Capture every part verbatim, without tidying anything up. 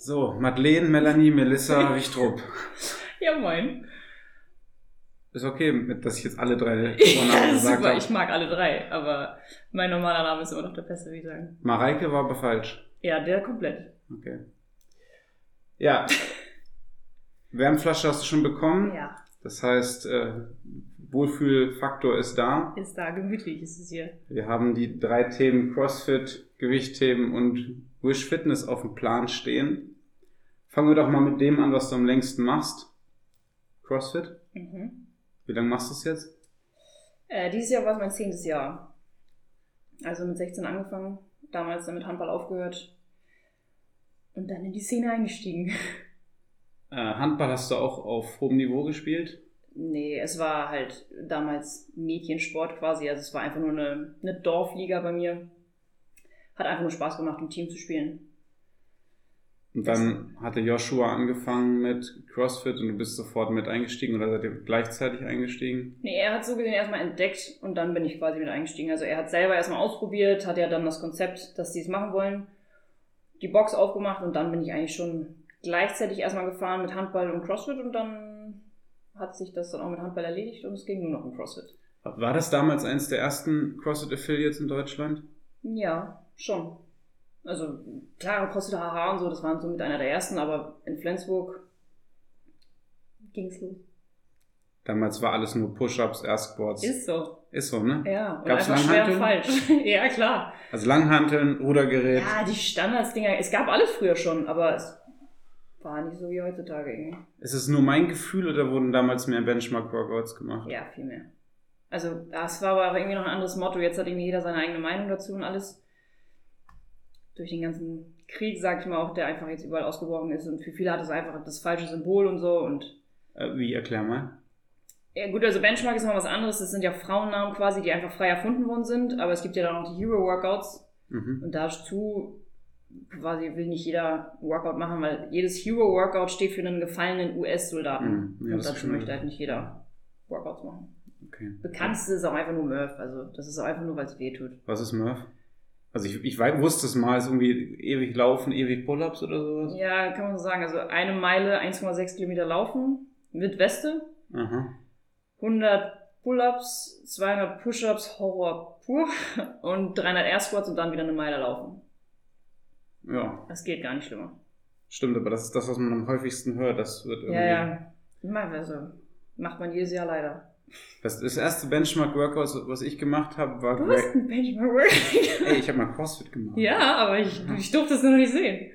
So, Madeleine, Melanie, Melissa, Wichtrup. Ja, moin. Ist okay, dass ich jetzt alle drei Vornamen ja, gesagt super. habe. Ich mag alle drei, aber mein normaler Name ist immer noch der beste, würde ich sagen. Mareike war aber falsch. Ja, der komplett. Okay. Ja. Wärmflasche hast du schon bekommen. Ja. Das heißt, äh, Wohlfühlfaktor ist da. Ist da, gemütlich ist es hier. Wir haben die drei Themen CrossFit, Gewichtheben und Wish Fitness auf dem Plan stehen. Fangen wir doch mal mit dem an, was du am längsten machst. CrossFit. Mhm. Wie lange machst du es jetzt? Äh, dieses Jahr war es mein zehntes Jahr. Also mit sechzehn angefangen, damals dann mit Handball aufgehört und dann in die Szene eingestiegen. Äh, Handball hast du auch auf hohem Niveau gespielt? Nee, es war halt damals Mädchensport quasi, also es war einfach nur eine, eine Dorfliga bei mir. Hat einfach nur Spaß gemacht, im Team zu spielen. Und dann hatte Joshua angefangen mit CrossFit und du bist sofort mit eingestiegen oder seid ihr gleichzeitig eingestiegen? Nee, er hat so gesehen erstmal entdeckt und dann bin ich quasi mit eingestiegen. Also er hat selber erstmal ausprobiert, hat ja dann das Konzept, dass sie es machen wollen, die Box aufgemacht und dann bin ich eigentlich schon gleichzeitig erstmal gefahren mit Handball und CrossFit und dann hat sich das dann auch mit Handball erledigt und es ging nur noch um CrossFit. War das damals eines der ersten CrossFit-Affiliates in Deutschland? Ja, schon. Also klar, CrossFit H H und so, das waren so mit einer der ersten, aber in Flensburg ging's los. Damals war alles nur Push-Ups, Air Squats. Ist so. Ist so, ne? Ja, und Gab's einfach schwer und Langhanteln? falsch. Ja, klar. Also Langhanteln, Rudergerät. Ja, die Standardsdinger, es gab alles früher schon, aber es war nicht so wie heutzutage irgendwie. Ist es nur mein Gefühl oder wurden damals mehr Benchmark-Workouts gemacht? Ja, viel mehr. Also das war aber auch irgendwie noch ein anderes Motto. Jetzt hat irgendwie jeder seine eigene Meinung dazu und alles. Durch den ganzen Krieg, sag ich mal auch, der einfach jetzt überall ausgebrochen ist. Und für viele hat es einfach das falsche Symbol und so. Und Äh, wie, erklär mal. ja gut, also Benchmark ist noch was anderes. Das sind ja Frauennamen quasi, die einfach frei erfunden worden sind. Aber es gibt ja dann noch die Hero-Workouts. Mhm. Und dazu quasi will nicht jeder Workout machen, weil jedes Hero-Workout steht für einen gefallenen U S-Soldaten. Mhm. Ja, und das dazu stimmt. möchte halt nicht jeder Workouts machen. Okay. Bekannteste ist auch einfach nur Murph. Also das ist auch einfach nur, weil es weh tut. Was ist Murph? Also ich, ich weiß, wusste es mal, ist irgendwie ewig laufen, ewig Pull-Ups oder sowas? Ja, kann man so sagen. Also eine Meile, eins Komma sechs Kilometer laufen mit Weste, Aha. hundert Pull-Ups, zweihundert Push-Ups, Horror pur und dreihundert Air Squats und dann wieder eine Meile laufen. Ja, Das geht gar nicht schlimmer. stimmt, aber das ist das, was man am häufigsten hört. Das wird irgendwie. Ja, ja. Immer, also, macht man jedes Jahr leider. Das, das erste Benchmark-Workout, was ich gemacht habe, war Du hast ein Benchmark-Workout. Ey, ich habe mal CrossFit gemacht. Ja, aber ich, ich durfte es nur nicht sehen.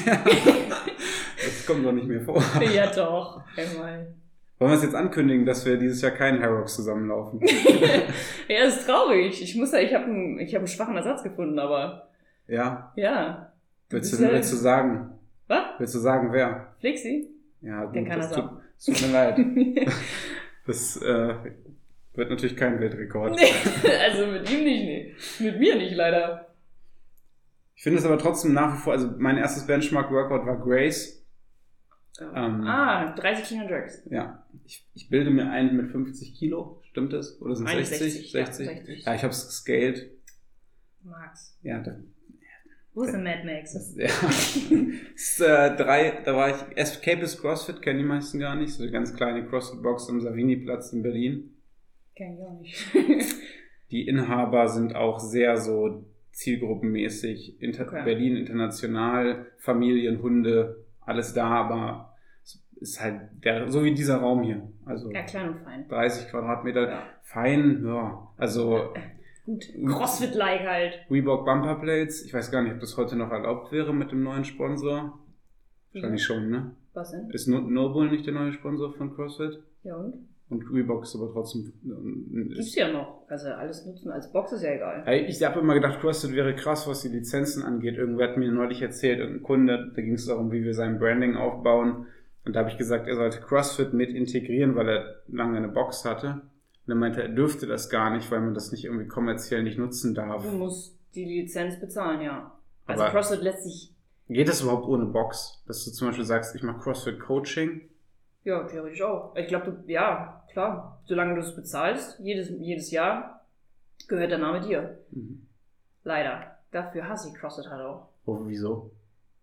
Das kommt doch nicht mehr vor. Ja, doch. Einmal. Wollen wir es jetzt ankündigen, dass wir dieses Jahr keinen Harrocks zusammenlaufen? Ja, ist traurig. Ich muss ja, ich habe einen, ich hab einen schwachen Ersatz gefunden, aber Ja. ja. Willst du, bist ja- willst du sagen? Was? Willst du sagen, wer? Flixi? Ja, gut, Den kann das er tut, sagen. es tut mir leid. Das äh, wird natürlich kein Weltrekord. Nee, also mit ihm nicht, nee. Mit mir nicht, leider. Ich finde es aber trotzdem nach wie vor, also mein erstes Benchmark-Workout war Grace. Ähm, ah, dreißig Kilo Jerks. Ja, ich, ich bilde mir ein mit fünfzig Kilo, stimmt das? Oder sind es Eigentlich sechzig? sechzig, ja, sechzig? sechzig. Ja, ich habe es gescaled. Max. Ja, da, Wo ist der Mad Max? das, ja. das ist, äh, drei, da war ich, Escape is CrossFit, kennen die meisten gar nicht, so eine ganz kleine CrossFit-Box am Savini-Platz in Berlin. Kenn ich auch nicht. Die Inhaber sind auch sehr so zielgruppenmäßig, Inter- Okay. Berlin international, Familien, Hunde, alles da, aber es ist halt der, so wie dieser Raum hier. Also Ja, klein und fein. dreißig Quadratmeter, Ja. fein, ja. Also Gut, Crossfit-like halt. Reebok Bumper Plates, ich weiß gar nicht, ob das heute noch erlaubt wäre mit dem neuen Sponsor. Wahrscheinlich schon, ne? Was denn? Ist No- Noble nicht der neue Sponsor von CrossFit? Ja und? Und Reebok ist aber trotzdem... äh, Gibt's Ist, ja noch. Also alles nutzen. Als Box ist ja egal. Ey, ich habe immer gedacht, CrossFit wäre krass, was die Lizenzen angeht. Irgendwer hat mir neulich erzählt, ein Kunde, da ging es darum, wie wir sein Branding aufbauen. Und da habe ich gesagt, er sollte CrossFit mit integrieren, weil er lange eine Box hatte. Und er meinte, er dürfte das gar nicht, weil man das nicht irgendwie kommerziell nicht nutzen darf. Du musst die Lizenz bezahlen, ja. Also Aber- CrossFit lässt sich, Geht das überhaupt ohne Box? Dass du zum Beispiel sagst, ich mache CrossFit Coaching? ja, theoretisch auch. Ich glaube, du, ja, klar. Solange du es bezahlst, jedes, jedes Jahr, gehört der Name dir. Mhm. Leider. Dafür hasse ich CrossFit halt auch. Oh, wieso?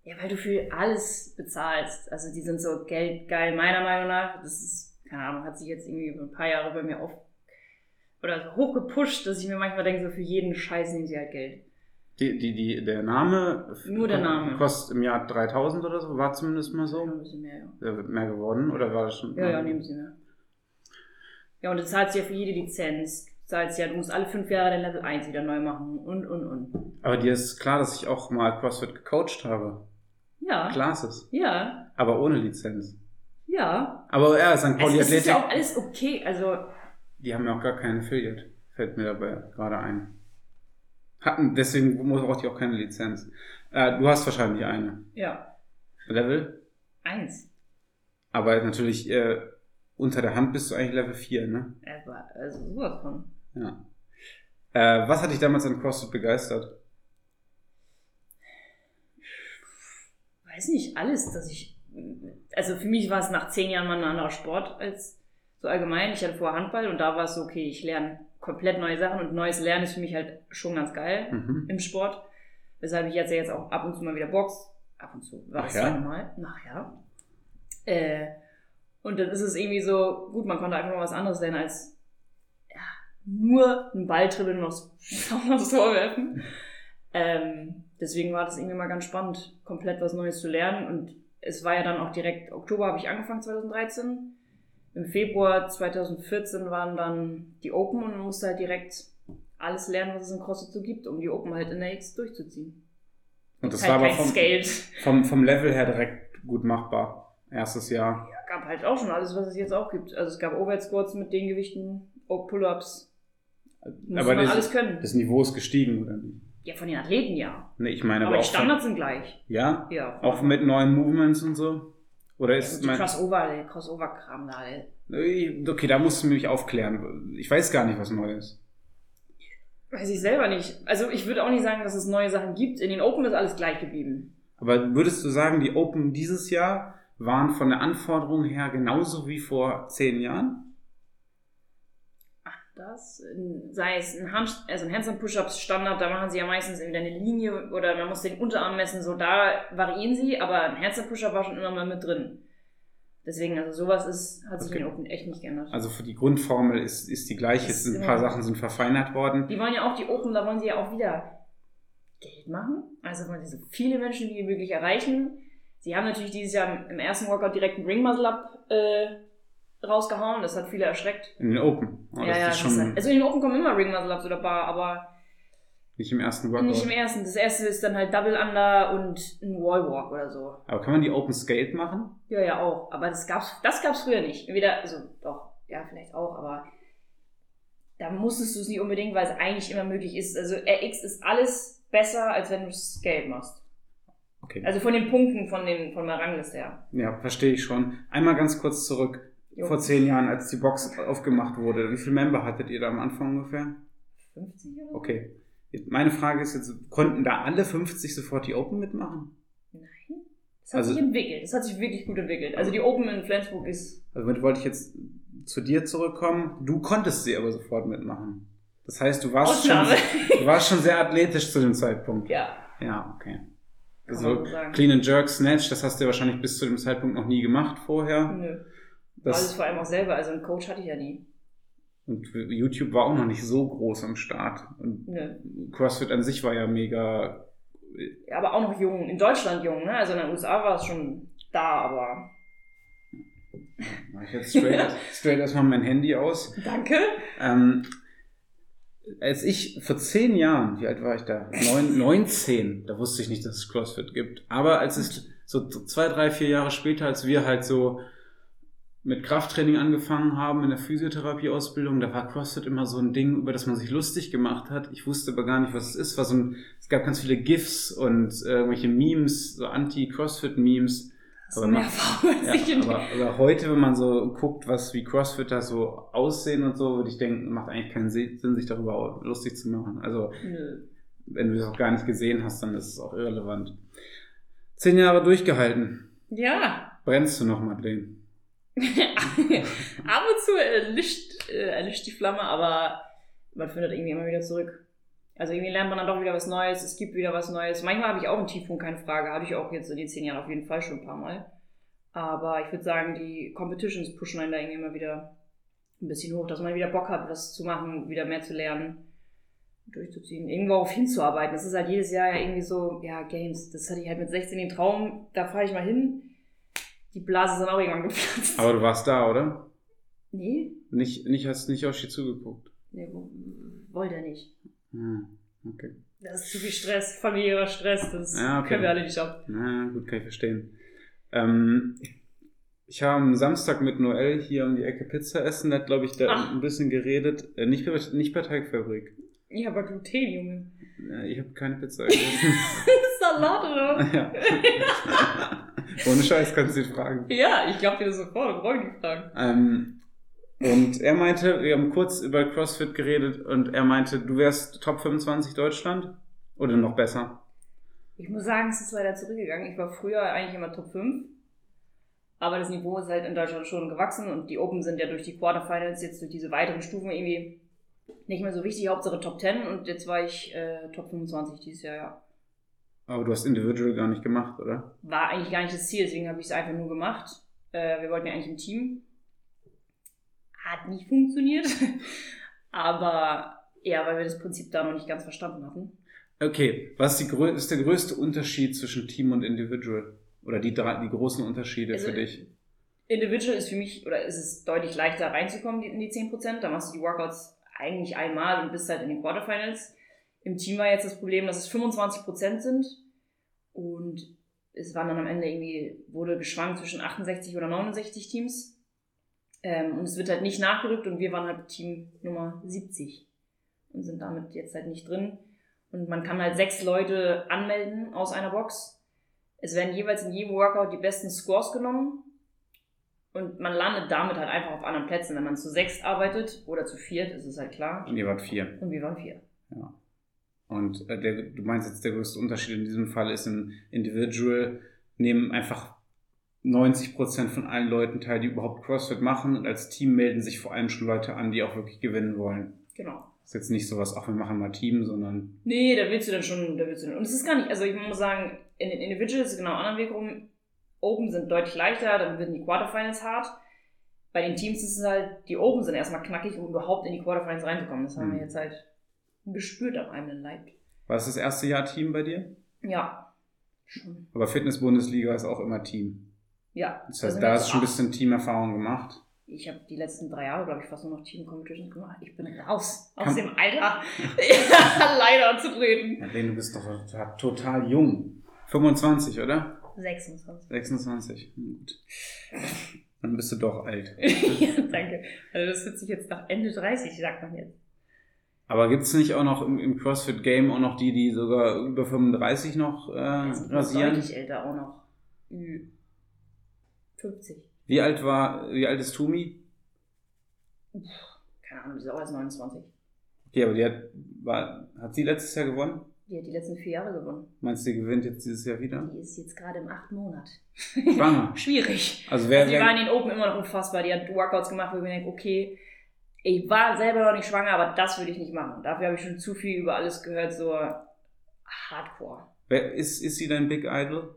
Ja, weil du für alles bezahlst. Also die sind so geldgeil, meiner Meinung nach. Das ist, keine Ahnung, hat sich jetzt irgendwie über ein paar Jahre bei mir auf oder so hochgepusht, dass ich mir manchmal denke, so für jeden Scheiß nehmen sie halt Geld. Die, die, die, der Name, Nur der Name. Kostet im Jahr dreitausend oder so, war zumindest mal so. Ja, ein bisschen mehr, ja. Der wird mehr geworden, oder war das schon? Ja, ja, nee, ein bisschen mehr. Ja, und du zahlst ja für jede Lizenz. Du zahlst ja, du musst alle fünf Jahre dein Level eins wieder neu machen und, und, und. Aber dir ist klar, dass ich auch mal CrossFit gecoacht habe. Ja. Classes. Ja. Aber ohne Lizenz. Ja. Aber ja, Sankt Pauli es Athletic. ist ja auch alles okay, also. Die haben ja auch gar keinen Affiliate. Fällt mir dabei gerade ein. Hatten, deswegen braucht die auch keine Lizenz. Äh, du hast wahrscheinlich eine. Ja. Level? Eins. Aber natürlich, äh, unter der Hand bist du eigentlich Level vier, ne? Also sowas von. Ja. Äh, was hat dich damals an CrossFit begeistert? Weiß nicht, alles, dass ich, also für mich war es nach zehn Jahren mal ein anderer Sport als so allgemein. Ich hatte vorher Handball und da war es so, okay, ich lerne komplett neue Sachen und neues Lernen ist für mich halt schon ganz geil Mhm. im Sport. Weshalb ich jetzt ja jetzt auch ab und zu mal wieder Box. Ab und zu. War Ach das ja? zweite Mal. Nachher. Äh, und dann ist es irgendwie so, gut, man konnte einfach mal was anderes lernen als ja, nur einen Ball dribbeln und aufs, aufs Tor werfen. Ähm, deswegen war das irgendwie mal ganz spannend, komplett was Neues zu lernen. Und es war ja dann auch direkt, Oktober habe ich angefangen, zwanzig dreizehn. Im Februar zwanzig vierzehn waren dann die Open und man musste halt direkt alles lernen, was es in CrossFit so gibt, um die Open halt in der X durchzuziehen. Und das halt war aber kein vom, Scaled. vom, vom Level her direkt gut machbar. Erstes Jahr. Ja, gab halt auch schon alles, was es jetzt auch gibt. Also es gab Overhead Squats mit den Gewichten, Pull-Ups. Muss Aber man das, alles können. das Niveau ist gestiegen, oder nicht? Ja, von den Athleten ja. Nee, ich meine Aber, aber, die auch Standards von, sind gleich. Ja? Ja. Auch mit neuen Movements und so? Oder Ja, ist und die mein... Crossover, der Crossover-Kram da. Ey. Okay, da musst du mich aufklären. Ich weiß gar nicht, was neu ist. Weiß ich selber nicht. Also ich würde auch nicht sagen, dass es neue Sachen gibt. In den Open ist alles gleich geblieben. Aber würdest du sagen, die Open dieses Jahr waren von der Anforderung her genauso wie vor zehn Jahren? Ach, das, sei es ein, Hand, also ein Handstand-Push-Ups Standard, da machen sie ja meistens wieder eine Linie oder man muss den Unterarm messen, so da variieren sie, aber ein Handstand-Push-Up war schon immer mal mit drin. Deswegen, also sowas ist, hat sich Okay. in den Open echt nicht geändert. Also für die Grundformel ist, ist die gleiche, es Ist sind ein immer- paar Sachen sind verfeinert worden. Die wollen ja auch die Open, da wollen sie ja auch wieder Geld machen. Also wollen sie so viele Menschen wie möglich erreichen. Sie haben natürlich dieses Jahr im ersten Workout direkt einen Ring Muscle Up äh, rausgehauen. Das hat viele erschreckt. In den Open. Oh, ja, das ja, ist das schon ist halt, also in den Open kommen immer Ring Muscle Ups oder Bar, aber nicht im ersten Workout. nicht im ersten. Das erste ist dann halt Double Under und ein Wall Walk oder so. Aber kann man die Open Scaled machen? Ja, ja, auch. Aber das gab's, das gab's früher nicht. Entweder, also doch, ja, vielleicht auch, aber da musstest du es nicht unbedingt, weil es eigentlich immer möglich ist. Also R X ist alles besser, als wenn du es Scaled machst. Okay. Also von den Punkten von, den, von der Rangliste her. Ja, verstehe ich schon. Einmal ganz kurz zurück. Jo. Vor zehn Jahren, als die Box aufgemacht wurde, wie viele Member hattet ihr da am Anfang ungefähr? fünfzig oder so? Okay. Meine Frage ist jetzt, konnten da alle fünfzig sofort die Open mitmachen? Nein. Das hat Also- sich entwickelt. Das hat sich wirklich gut entwickelt. Also die Open in Flensburg ist... Also damit wollte ich jetzt zu dir zurückkommen. Du konntest sie aber sofort mitmachen. Das heißt, du warst, schon, Ausnahme. du warst schon sehr athletisch zu dem Zeitpunkt. Ja. Ja, okay. Kann Also man so sagen. Clean and Jerk, Snatch, das hast du ja wahrscheinlich bis zu dem Zeitpunkt noch nie gemacht vorher. Nö. Das, Alles vor allem auch selber. Also einen Coach hatte ich ja nie. und YouTube war auch noch nicht so groß am Start. Und Nö. CrossFit an sich war ja mega. Ja, aber auch noch jung. In Deutschland jung, ne? Also in den U S A war es schon da, aber... Mach ich jetzt straight, straight erstmal mein Handy aus. Danke. Ähm, als ich vor zehn Jahren, wie alt war ich da? Neun, neunzehn, da wusste ich nicht, dass es CrossFit gibt. Aber als es so zwei, drei, vier Jahre später, als wir halt so mit Krafttraining angefangen haben in der Physiotherapieausbildung, da war CrossFit immer so ein Ding, über das man sich lustig gemacht hat. Ich wusste aber gar nicht, was es ist. War so ein, es gab ganz viele GIFs und äh, irgendwelche Memes, so Anti-CrossFit-Memes. Aber mehr Erfahrung als ich Ja, in aber, aber heute, wenn man so guckt, was wie Crossfitter so aussehen und so, würde ich denken, macht eigentlich keinen Sinn, sich darüber lustig zu machen. Also, Nö. wenn du das auch gar nicht gesehen hast, dann ist es auch irrelevant. Zehn Jahre durchgehalten. Ja. Brennst du noch, Madeleine? Ab und zu erlischt, äh, erlischt die Flamme, aber man findet irgendwie immer wieder zurück. Also irgendwie lernt man dann doch wieder was Neues, es gibt wieder was Neues. Manchmal habe ich auch einen Tiefpunkt, keine Frage. Habe ich auch jetzt in den zehn Jahren auf jeden Fall schon ein paar Mal. Aber ich würde sagen, die Competitions pushen einen da irgendwie immer wieder ein bisschen hoch, dass man wieder Bock hat, was zu machen, wieder mehr zu lernen, durchzuziehen, irgendwo auf hinzuarbeiten. Das ist halt jedes Jahr ja irgendwie so, ja, Games, das hatte ich halt mit sechzehn den Traum, da fahre ich mal hin. Die Blase ist dann auch irgendwann geplatzt. Aber du warst da, oder? Nee. Nicht, nicht hast nicht Yoshi zugeguckt? Nee, wollte er nicht. Hm, okay. Das ist zu viel Stress, familiärer Stress, das ja, okay. können wir alle nicht ab. Na gut, kann ich verstehen. Ähm, ich habe am Samstag mit Noel hier um die Ecke Pizza essen, da hat, glaube ich, da Ach. ein bisschen geredet. Äh, nicht, bei, nicht bei Teigfabrik. Ja, aber Gluten, Junge. Ja, ich habe keine Pizza gegessen. Salat, oder? Ja. Ohne Scheiß kannst du dich fragen. Ja, ich glaube dir das sofort, brauche ich nicht fragen. Ähm, und er meinte, wir haben kurz über CrossFit geredet und er meinte, du wärst Top fünfundzwanzig Deutschland oder noch besser? Ich muss sagen, es ist leider zurückgegangen. Ich war früher eigentlich immer Top fünf, aber das Niveau ist halt in Deutschland schon gewachsen und die Open sind ja durch die Quarterfinals jetzt durch diese weiteren Stufen irgendwie nicht mehr so wichtig. Hauptsache Top zehn und jetzt war ich äh, Top fünfundzwanzig dieses Jahr, ja. Aber du hast Individual gar nicht gemacht, oder? War eigentlich gar nicht das Ziel, deswegen habe ich es einfach nur gemacht. Äh, wir wollten ja eigentlich im Team. Hat nicht funktioniert. Aber eher, weil wir das Prinzip da noch nicht ganz verstanden hatten. Okay, was ist, die, ist der größte Unterschied zwischen Team und Individual? Oder die, drei, die großen Unterschiede also, für dich? Individual ist für mich, oder ist es deutlich leichter reinzukommen in die zehn Prozent. Da machst du die Workouts eigentlich einmal und bist halt in den Quarterfinals. Im Team war jetzt das Problem, dass es fünfundzwanzig Prozent sind und es waren dann am Ende irgendwie, wurde geschwankt zwischen achtundsechzig oder neunundsechzig Teams ähm, und es wird halt nicht nachgerückt und wir waren halt Team Nummer siebzig und sind damit jetzt halt nicht drin und man kann halt sechs Leute anmelden aus einer Box. Es werden jeweils in jedem Workout die besten Scores genommen und man landet damit halt einfach auf anderen Plätzen. Wenn man zu sechs arbeitet oder zu viert, ist es halt klar. Und ihr wart vier. Und wir waren vier. Ja. Und äh, der, du meinst jetzt, der größte Unterschied in diesem Fall ist im Individual, nehmen einfach neunzig Prozent von allen Leuten teil, die überhaupt CrossFit machen und als Team melden sich vor allem schon Leute an, die auch wirklich gewinnen wollen. Genau. Das ist jetzt nicht sowas, ach, wir machen mal Team, sondern... Nee, da willst du dann schon, da willst du dann... Und es ist gar nicht, also ich muss sagen, in den Individuals ist es genau anderen Weg rum. Open sind deutlich leichter, dann werden die Quarterfinals hart. Bei den Teams ist es halt, die Open sind erstmal knackig, um überhaupt in die Quarterfinals reinzukommen. Das haben mhm. wir jetzt halt gespürt am eigenen Leib. War das das erste Jahr Team bei dir? Ja, schon. Aber Fitness-Bundesliga ist auch immer Team. Ja. Das heißt, da hast du schon ein bisschen Teamerfahrung gemacht. Ich habe die letzten drei Jahre, glaube ich, fast nur noch Team-Competitions gemacht. Ich bin raus aus Kann dem Alter, leider zu treten. Ja, du bist doch total jung. fünfundzwanzig, oder? sechsundzwanzig. sechsundzwanzig, gut. Dann bist du doch alt. Ja, danke. Also das wird sich jetzt nach Ende dreißig, sagt man jetzt. Aber gibt es nicht auch noch im, im CrossFit-Game auch noch die, die sogar über fünfunddreißig noch äh, rasieren? Deutlich älter auch noch. Ü fünfzig. Wie alt war, wie alt ist Tumi? Keine Ahnung, die ist auch erst neunundzwanzig. Okay, aber die hat, war, hat sie letztes Jahr gewonnen? Die hat die letzten vier Jahre gewonnen. Meinst du, die gewinnt jetzt dieses Jahr wieder? Die ist jetzt gerade im achten Monat. Schwanger. Schwierig. Also wer, also die wer, war in den Open immer noch unfassbar. Die hat Workouts gemacht, wo ich mir denke, okay, ich war selber noch nicht schwanger, aber das würde ich nicht machen. Dafür habe ich schon zu viel über alles gehört, so hardcore. Wer, ist, ist sie dein Big Idol?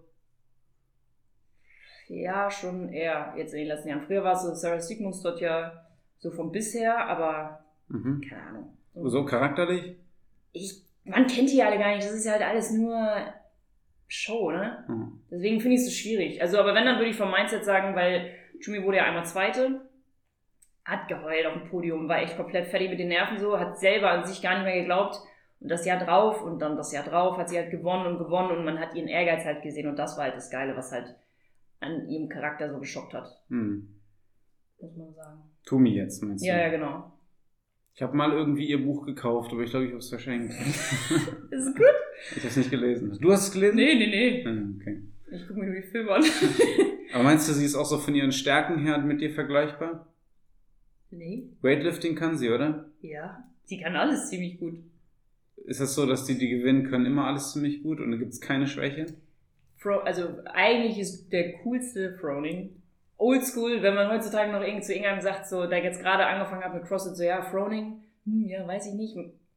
Ja, schon eher jetzt in den letzten Jahren. Früher war es so, Sarah Sigmunds dort ja so vom bisher, aber mhm. keine Ahnung. So, so charakterlich? Ich, man kennt die alle gar nicht. Das ist ja halt alles nur Show, ne? Mhm. Deswegen finde ich es so schwierig. Also, aber wenn, dann würde ich vom Mindset sagen, weil Jumi wurde ja einmal Zweite, hat geheult auf dem Podium, war echt komplett fertig mit den Nerven so, hat selber an sich gar nicht mehr geglaubt. Und das Jahr drauf und dann das Jahr drauf hat sie halt gewonnen und gewonnen und man hat ihren Ehrgeiz halt gesehen und das war halt das Geile, was halt an ihrem Charakter so geschockt hat. Hm. Muss man sagen. Tumi jetzt, meinst du? Ja, ja, genau. Ich habe mal irgendwie ihr Buch gekauft, aber ich glaube, ich habe es verschenkt. Ist gut? Ich habe es nicht gelesen. Du hast es gelesen? Nee, nee, nee. Hm, okay. Ich gucke mir nur die Filme an. Aber meinst du, sie ist auch so von ihren Stärken her mit dir vergleichbar? Nee. Weightlifting kann sie, oder? Ja, sie kann alles ziemlich gut. Ist das so, dass die, die gewinnen können, immer alles ziemlich gut und da gibt es keine Schwäche? Fro- also eigentlich ist der coolste Froning oldschool, wenn man heutzutage noch irgend zu irgendeinem sagt, so, der jetzt gerade angefangen hat mit CrossFit, so ja, Froning, hm, ja, weiß ich nicht.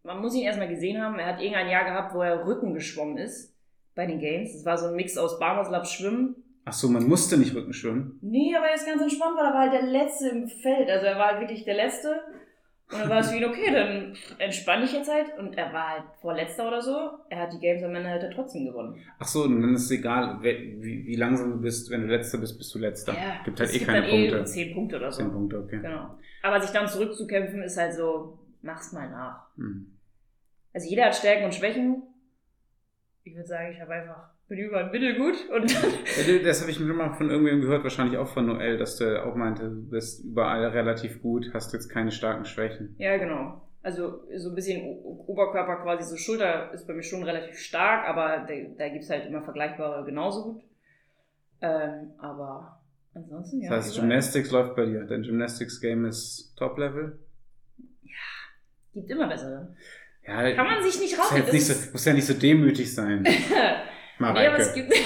man muss ihn erstmal gesehen haben, er hat irgendein Jahr gehabt, wo er Rücken geschwommen ist bei den Games. Das war so ein Mix aus Barmaslab, Schwimmen. Ach so, man musste nicht Rücken schwimmen? Nee, aber er ist ganz entspannt, weil er war halt der Letzte im Feld. Also er war halt wirklich der Letzte. Und dann war es für ihn, okay, dann entspanne ich jetzt halt. Und er war halt Vorletzter oder so. Er hat die Games am Ende halt trotzdem gewonnen. Ach so, und dann ist es egal, wie, wie langsam du bist. Wenn du Letzter bist, bist du Letzter. Ja, gibt halt es eh gibt keine dann Punkte. Eh zehn Punkte oder so. Zehn Punkte, okay. Genau. Aber sich dann zurückzukämpfen ist halt so, mach's mal nach. Hm. Also jeder hat Stärken und Schwächen. Ich würde sagen, ich habe einfach, bin überall mittelgut. Und ja, das habe ich mir mal von irgendwem gehört, wahrscheinlich auch von Noel, dass du auch meinte, du bist überall relativ gut, hast jetzt keine starken Schwächen. Ja, genau. Also so ein bisschen Oberkörper quasi, so Schulter ist bei mir schon relativ stark, aber da, da gibt es halt immer vergleichbare genauso gut. Ähm, aber ansonsten, ja. Das heißt, Gymnastics läuft bei dir. Dein Gymnastics-Game ist Top-Level? Ja, gibt immer bessere. Ja, kann man sich nicht raus. Muss ja, nicht so, muss ja nicht so demütig sein. Mareike. Nee, aber es gibt,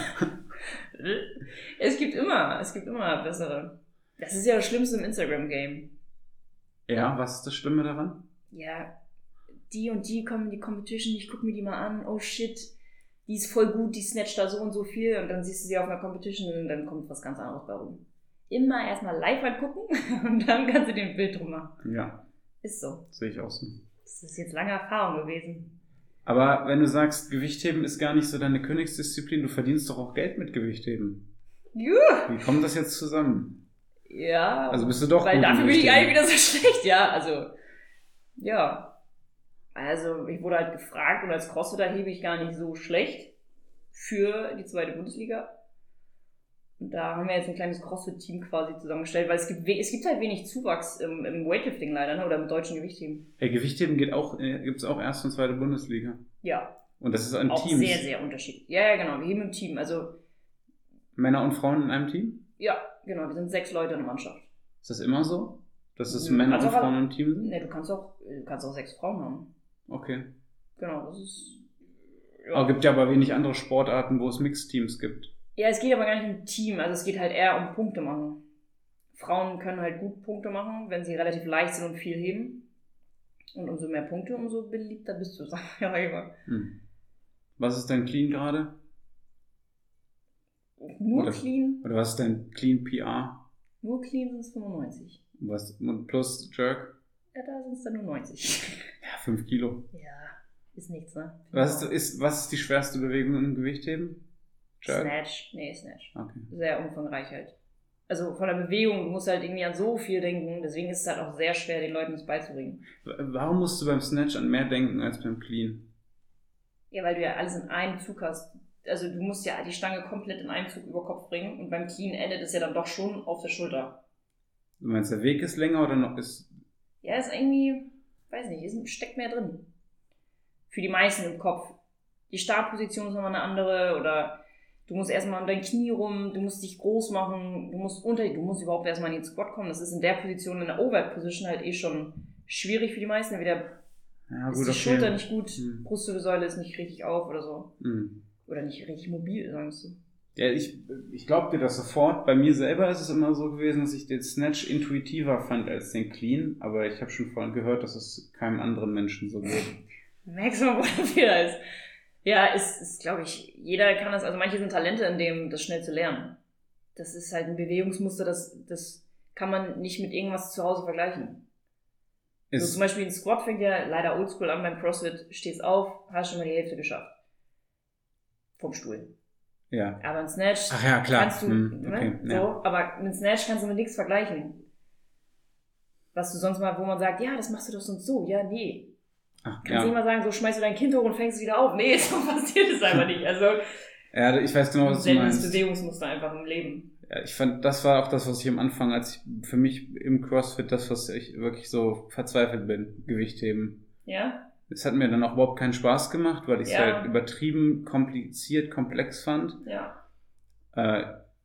es gibt immer, es gibt immer bessere. Das ist ja das Schlimmste im Instagram-Game. Ja, was ist das Schlimme daran? Ja, die und die kommen in die Competition, ich gucke mir die mal an, oh shit, die ist voll gut, die snatcht da so und so viel und dann siehst du sie auf einer Competition und dann kommt was ganz anderes bei rum. Immer erstmal live angucken und dann kannst du den Bild drum machen. Ja. Ist so. Sehe ich auch so. Das ist jetzt lange Erfahrung gewesen. Aber wenn du sagst, Gewichtheben ist gar nicht so deine Königsdisziplin, du verdienst doch auch Geld mit Gewichtheben. Ja. Wie kommt das jetzt zusammen? Ja. Also bist du doch weil gut dafür bin ich eigentlich wieder so schlecht, ja. Also, ja. Also, ich wurde halt gefragt und als Crossfitter hebe ich gar nicht so schlecht für die zweite Bundesliga. Und da haben wir jetzt ein kleines Crossfit-Team quasi zusammengestellt, weil es gibt, es gibt halt wenig Zuwachs im, im Weightlifting leider, ne? Oder im deutschen Gewichtheben. Ja, Gewichtheben geht auch, äh, gibt es auch erste und zweite Bundesliga. Ja. Und das ist ein auch Team. Sehr, sehr unterschiedlich. Ja, ja, genau. Wir heben im Team. Also Männer und Frauen in einem Team? Ja, genau. Wir sind sechs Leute in der Mannschaft. Ist das immer so? Dass es Du Männer und kannst auch- Frauen im Team sind? Ne, du kannst auch, du kannst auch sechs Frauen haben. Okay. Genau, das ist. Ja. Aber gibt ja aber wenig andere Sportarten, wo es Mixteams gibt. Ja, es geht aber gar nicht um Team, also es geht halt eher um Punkte machen. Frauen können halt gut Punkte machen, wenn sie relativ leicht sind und viel heben. Und umso mehr Punkte, umso beliebter bist du, sag ich immer. Hm. Was ist dein Clean gerade? Nur Oder- clean, Oder was ist dein Clean P R? nur clean sind es fünfundneunzig. Und was, und plus Jerk? Ja, da sind es dann nur neunzig. Ja, fünf Kilo. Ja, ist nichts, ne? Was ist, ist, was ist die schwerste Bewegung im Gewichtheben? Jerk? Snatch, nee, Snatch. Okay. Sehr umfangreich halt. Also von der Bewegung, du musst halt irgendwie an so viel denken, deswegen ist es halt auch sehr schwer, den Leuten das beizubringen. W- Warum musst du beim Snatch an mehr denken als beim Clean? Ja, weil du ja alles in einem Zug hast. Also du musst ja die Stange komplett in einem Zug über Kopf bringen und beim Clean endet es ja dann doch schon auf der Schulter. Du meinst, der Weg ist länger oder noch ist... Ja, ist irgendwie, weiß nicht, ist, steckt mehr drin. Für die meisten im Kopf. Die Startposition ist nochmal eine andere oder du musst erstmal um dein Knie rum, du musst dich groß machen, du musst unter, du musst überhaupt erstmal in den Squat kommen. Das ist in der Position, in der Overhead-Position halt eh schon schwierig für die meisten. Entweder Ja, ist gut, die okay. Schulter nicht gut, Hm. Brustwirbelsäule ist nicht richtig auf oder so. Hm. Oder nicht richtig mobil, sagst du. Ja, ich, ich glaub dir das sofort. Bei mir selber ist es immer so gewesen, dass ich den Snatch intuitiver fand als den Clean. Aber ich habe schon vorhin gehört, dass es keinem anderen Menschen so geht. Merkst du mal, wo der Fehler ist? Ja, ist, ist glaube ich, jeder kann das, also manche sind Talente in dem, das schnell zu lernen. Das ist halt ein Bewegungsmuster, das, das kann man nicht mit irgendwas zu Hause vergleichen. So Ist, zum Beispiel ein Squat fängt ja leider oldschool an beim CrossFit, stehst auf, hast schon mal die Hälfte geschafft. Vom Stuhl. ja. Aber ein Snatch Ach ja, klar. kannst du, Hm, ne? okay, so, ja. aber mit Snatch kannst du mit nichts vergleichen. Was du sonst mal, wo man sagt, ja, das machst du doch sonst so. Ja, nee. Ach, Kannst ja. nicht mal sagen, so schmeißt du dein Kind hoch und fängst es wieder auf. Nee, so passiert es einfach nicht. Also, ja, ich weiß genau, was du seltenes meinst. Bewegungsmuster einfach im Leben. Ja, ich fand, das war auch das, was ich am Anfang, als ich für mich im CrossFit, das, was ich wirklich so verzweifelt bin, Gewichtheben. Ja? Es hat mir dann auch überhaupt keinen Spaß gemacht, weil ich es Ja. halt übertrieben, kompliziert, komplex fand. Ja. Äh,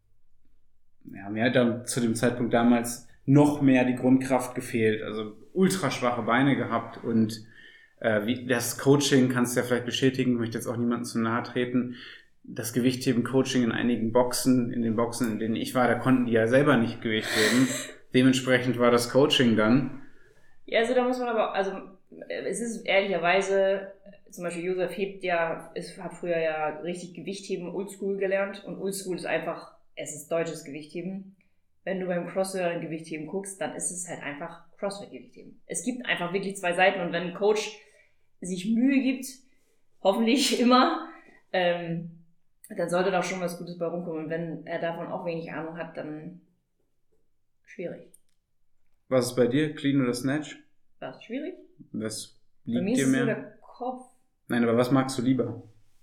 ja, mir hat dann zu dem Zeitpunkt damals noch mehr die Grundkraft gefehlt. Also ultra schwache Beine gehabt und äh, wie das Coaching kannst du ja vielleicht bestätigen, ich möchte jetzt auch niemandem zu nahe treten. Das Gewichtheben-Coaching in einigen Boxen, in den Boxen, in denen ich war, da konnten die ja selber nicht Gewicht heben. Dementsprechend war das Coaching dann. Ja, also da muss man aber, also es ist ehrlicherweise, zum Beispiel Josef hebt ja, ist, hat früher ja richtig Gewichtheben Oldschool gelernt und Oldschool ist einfach, es ist deutsches Gewichtheben. Wenn du beim CrossFit ein Gewichtheben guckst, dann ist es halt einfach CrossFit-Gewichtheben. Es gibt einfach wirklich zwei Seiten und wenn ein Coach sich Mühe gibt, hoffentlich immer, ähm, dann sollte da schon was Gutes bei rumkommen. Und wenn er davon auch wenig Ahnung hat, dann schwierig. Was ist bei dir? Clean oder Snatch? Was, schwierig? Was Bei liegt mir ist dir es so mehr? der Kopf. Nein, aber was magst du lieber?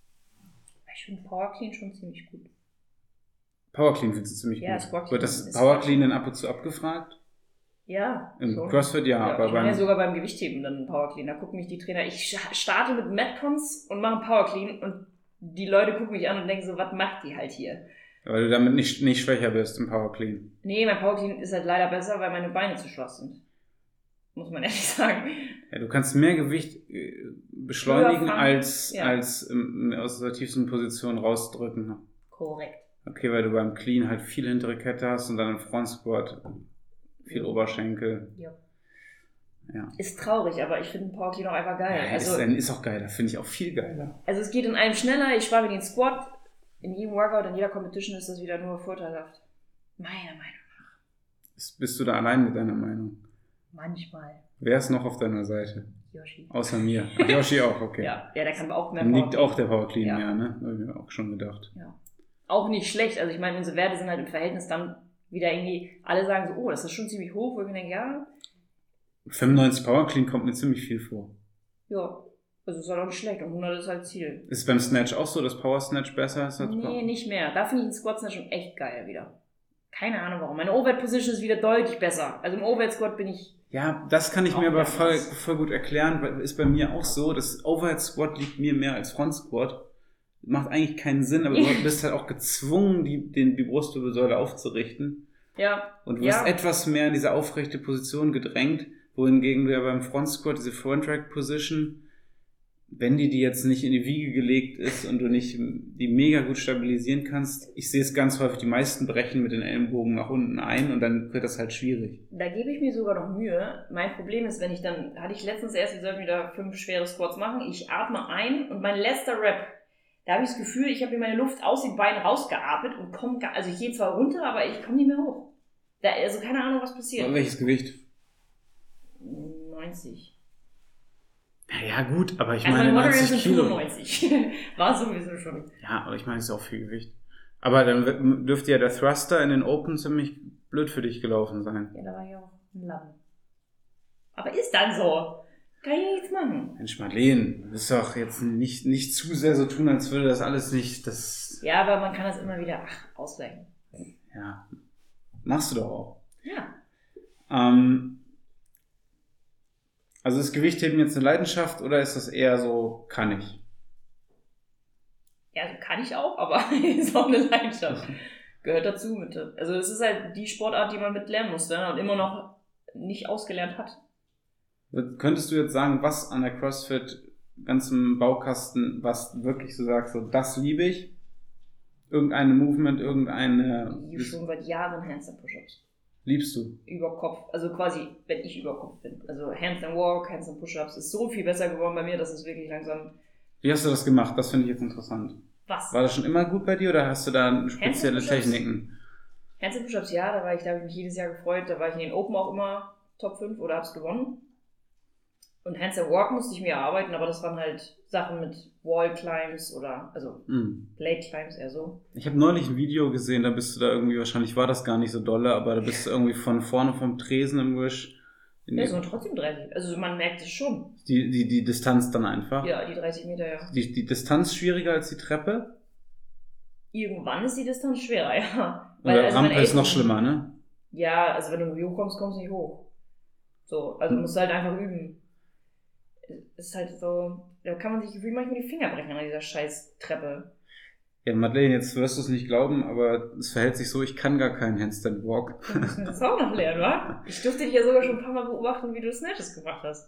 Ich finde Power Clean schon ziemlich gut. Power Clean findest du ziemlich Ja, gut. Squat Clean Wird das ist- Power Clean denn ab und zu abgefragt? Ja. Im schon. CrossFit ja, Ja, aber ich mache ja beim... sogar beim Gewichtheben dann Power Clean. Da gucken mich die Trainer. Ich sch- starte mit Metcons und mache Power Clean und die Leute gucken mich an und denken so, was macht die halt hier? Weil du damit nicht, nicht schwächer bist im Power Clean. Nee, mein Power Clean ist halt leider besser, weil meine Beine zu schwach sind. Muss man ehrlich sagen. Ja, du kannst mehr Gewicht äh, beschleunigen, Früher fangen, als, ja. als ähm, aus der tiefsten Position rausdrücken. Korrekt. Okay, weil du beim Clean halt viel hintere Kette hast und dann im Front Squat viel Ja. Oberschenkel. Ja. Ja. Ist traurig, aber ich finde Power Clean auch einfach geil. Ja, Also, ist, ist auch geiler, finde ich auch viel geiler. also es geht in einem schneller, ich spare mir den Squat. In jedem Workout, in jeder Competition ist das wieder nur vorteilhaft. Meiner Meinung nach. Ist, bist du da allein mit deiner Meinung? Manchmal. Wer ist noch auf deiner Seite? Yoshi. Außer mir. Ach, Yoshi auch, okay. Ja, ja, der kann auch mehr Dann Power liegt Clean. auch der Power Clean Ja. mehr, ne? Habe ich mir auch schon gedacht. Ja. Auch nicht schlecht. Also ich meine, unsere Werte sind halt im Verhältnis dann wieder irgendwie, alle sagen so, oh, das ist schon ziemlich hoch, wo ich mir denke, ja, fünfundneunzig Power Clean kommt mir ziemlich viel vor. ja, also ist halt auch nicht schlecht und hundert ist halt Ziel. Ist es beim Snatch auch so, dass Power Snatch besser ist als Nee, Power? nicht mehr. Da finde ich den Squat Snatch schon echt geil wieder. Keine Ahnung warum. Meine Overhead Position ist wieder deutlich besser. Also im Overhead Squat bin ich, Ja, das kann ich Auch mir aber wieder voll, was. voll gut erklären, weil ist bei mir auch so, das Overhead Squat liegt mir mehr als Front Squat. Macht eigentlich keinen Sinn, aber du bist halt auch gezwungen, die, den, die Brustwirbelsäule aufzurichten. ja, Und du ja. wirst etwas mehr in diese aufrechte Position gedrängt, wohingegen du ja beim Front Squat diese Front Rack Position, wenn die die jetzt nicht in die Wiege gelegt ist und du nicht die mega gut stabilisieren kannst, ich sehe es ganz häufig, die meisten brechen mit den Ellenbogen nach unten ein und dann wird das halt schwierig. Da gebe ich mir sogar noch Mühe. Mein Problem ist, wenn ich dann, hatte ich letztens erst, wir sollten wieder fünf schwere Squats machen, ich atme ein und mein letzter Rep, da habe ich das Gefühl, ich habe mir meine Luft aus den Beinen rausgeatmet und komme gar, also ich gehe zwar runter, aber ich komme nicht mehr hoch. Da, also keine Ahnung, was passiert. Welches Gewicht? neunzig. Naja, gut, aber ich Also meine mein Moderate neunzig sind Kilo. fünfundneunzig. War sowieso schon. Ja, aber ich meine, es ist auch viel Gewicht. Aber dann wird- dürfte ja der Thruster in den Open ziemlich blöd für dich gelaufen sein. Ja, da war ich auch ein Lappen. Aber ist dann so. Kann ich nichts machen. Mensch, Madeleine, du bist doch jetzt nicht, nicht zu sehr so tun, als würde das alles nicht, das, Ja, aber man kann das immer wieder ach, ausgleichen. ja, machst du doch auch. Ja. Ähm, also ist Gewichtheben jetzt eine Leidenschaft oder ist das eher so, kann ich? Ja, also kann ich auch, aber ist auch eine Leidenschaft. Gehört dazu mit. Also es ist halt die Sportart, die man mit lernen muss, ne? Und immer noch nicht ausgelernt hat. Könntest du jetzt sagen, was an der CrossFit ganzen Baukasten, was wirklich so sagst, so das liebe ich? Irgendeine Movement, irgendeine, Die schon seit Jahren Handstand Push-Ups. liebst du? Über Kopf. Also quasi, wenn ich über Kopf bin. Also Handstand Walk, Handstand Push-Ups ist so viel besser geworden bei mir, dass es wirklich langsam. Wie hast du das gemacht? Das finde ich jetzt interessant. Was? War das schon immer gut bei dir oder hast du da spezielle Handstand-Push-ups? Techniken? Handstand Push-Ups, ja, da war ich, da habe ich mich jedes Jahr gefreut. Da war ich in den Open auch immer Top fünf oder hab's gewonnen. Und Handstand Walk musste ich mir erarbeiten, aber das waren halt Sachen mit Wall Climbs oder, also Hm. Blade Climbs eher so. Ich habe neulich ein Video gesehen, da bist du da irgendwie, wahrscheinlich war das gar nicht so dolle, aber da bist du irgendwie von vorne vom Tresen im Wish in Ja, die, es waren trotzdem dreißig. Also man merkt es schon. die, die, die Distanz dann einfach. Ja, die dreißig Meter, ja. Die, die Distanz schwieriger als die Treppe? Irgendwann ist die Distanz schwerer, ja. Oder also Rampe meine ist noch Eltern- schlimmer, ne? Ja, also wenn du nicht hochkommst, kommst du nicht hoch. So, also Hm. musst du halt einfach üben. Ist halt so, da kann man sich gefühlt manchmal die Finger brechen an dieser scheiß Treppe. Ja, Madeleine, jetzt wirst du es nicht glauben, aber es verhält sich so, ich kann gar keinen Handstand Walk. Du musst mir das auch noch lernen, wa? Ich durfte dich ja sogar schon ein paar Mal beobachten, wie du Snatches gemacht hast.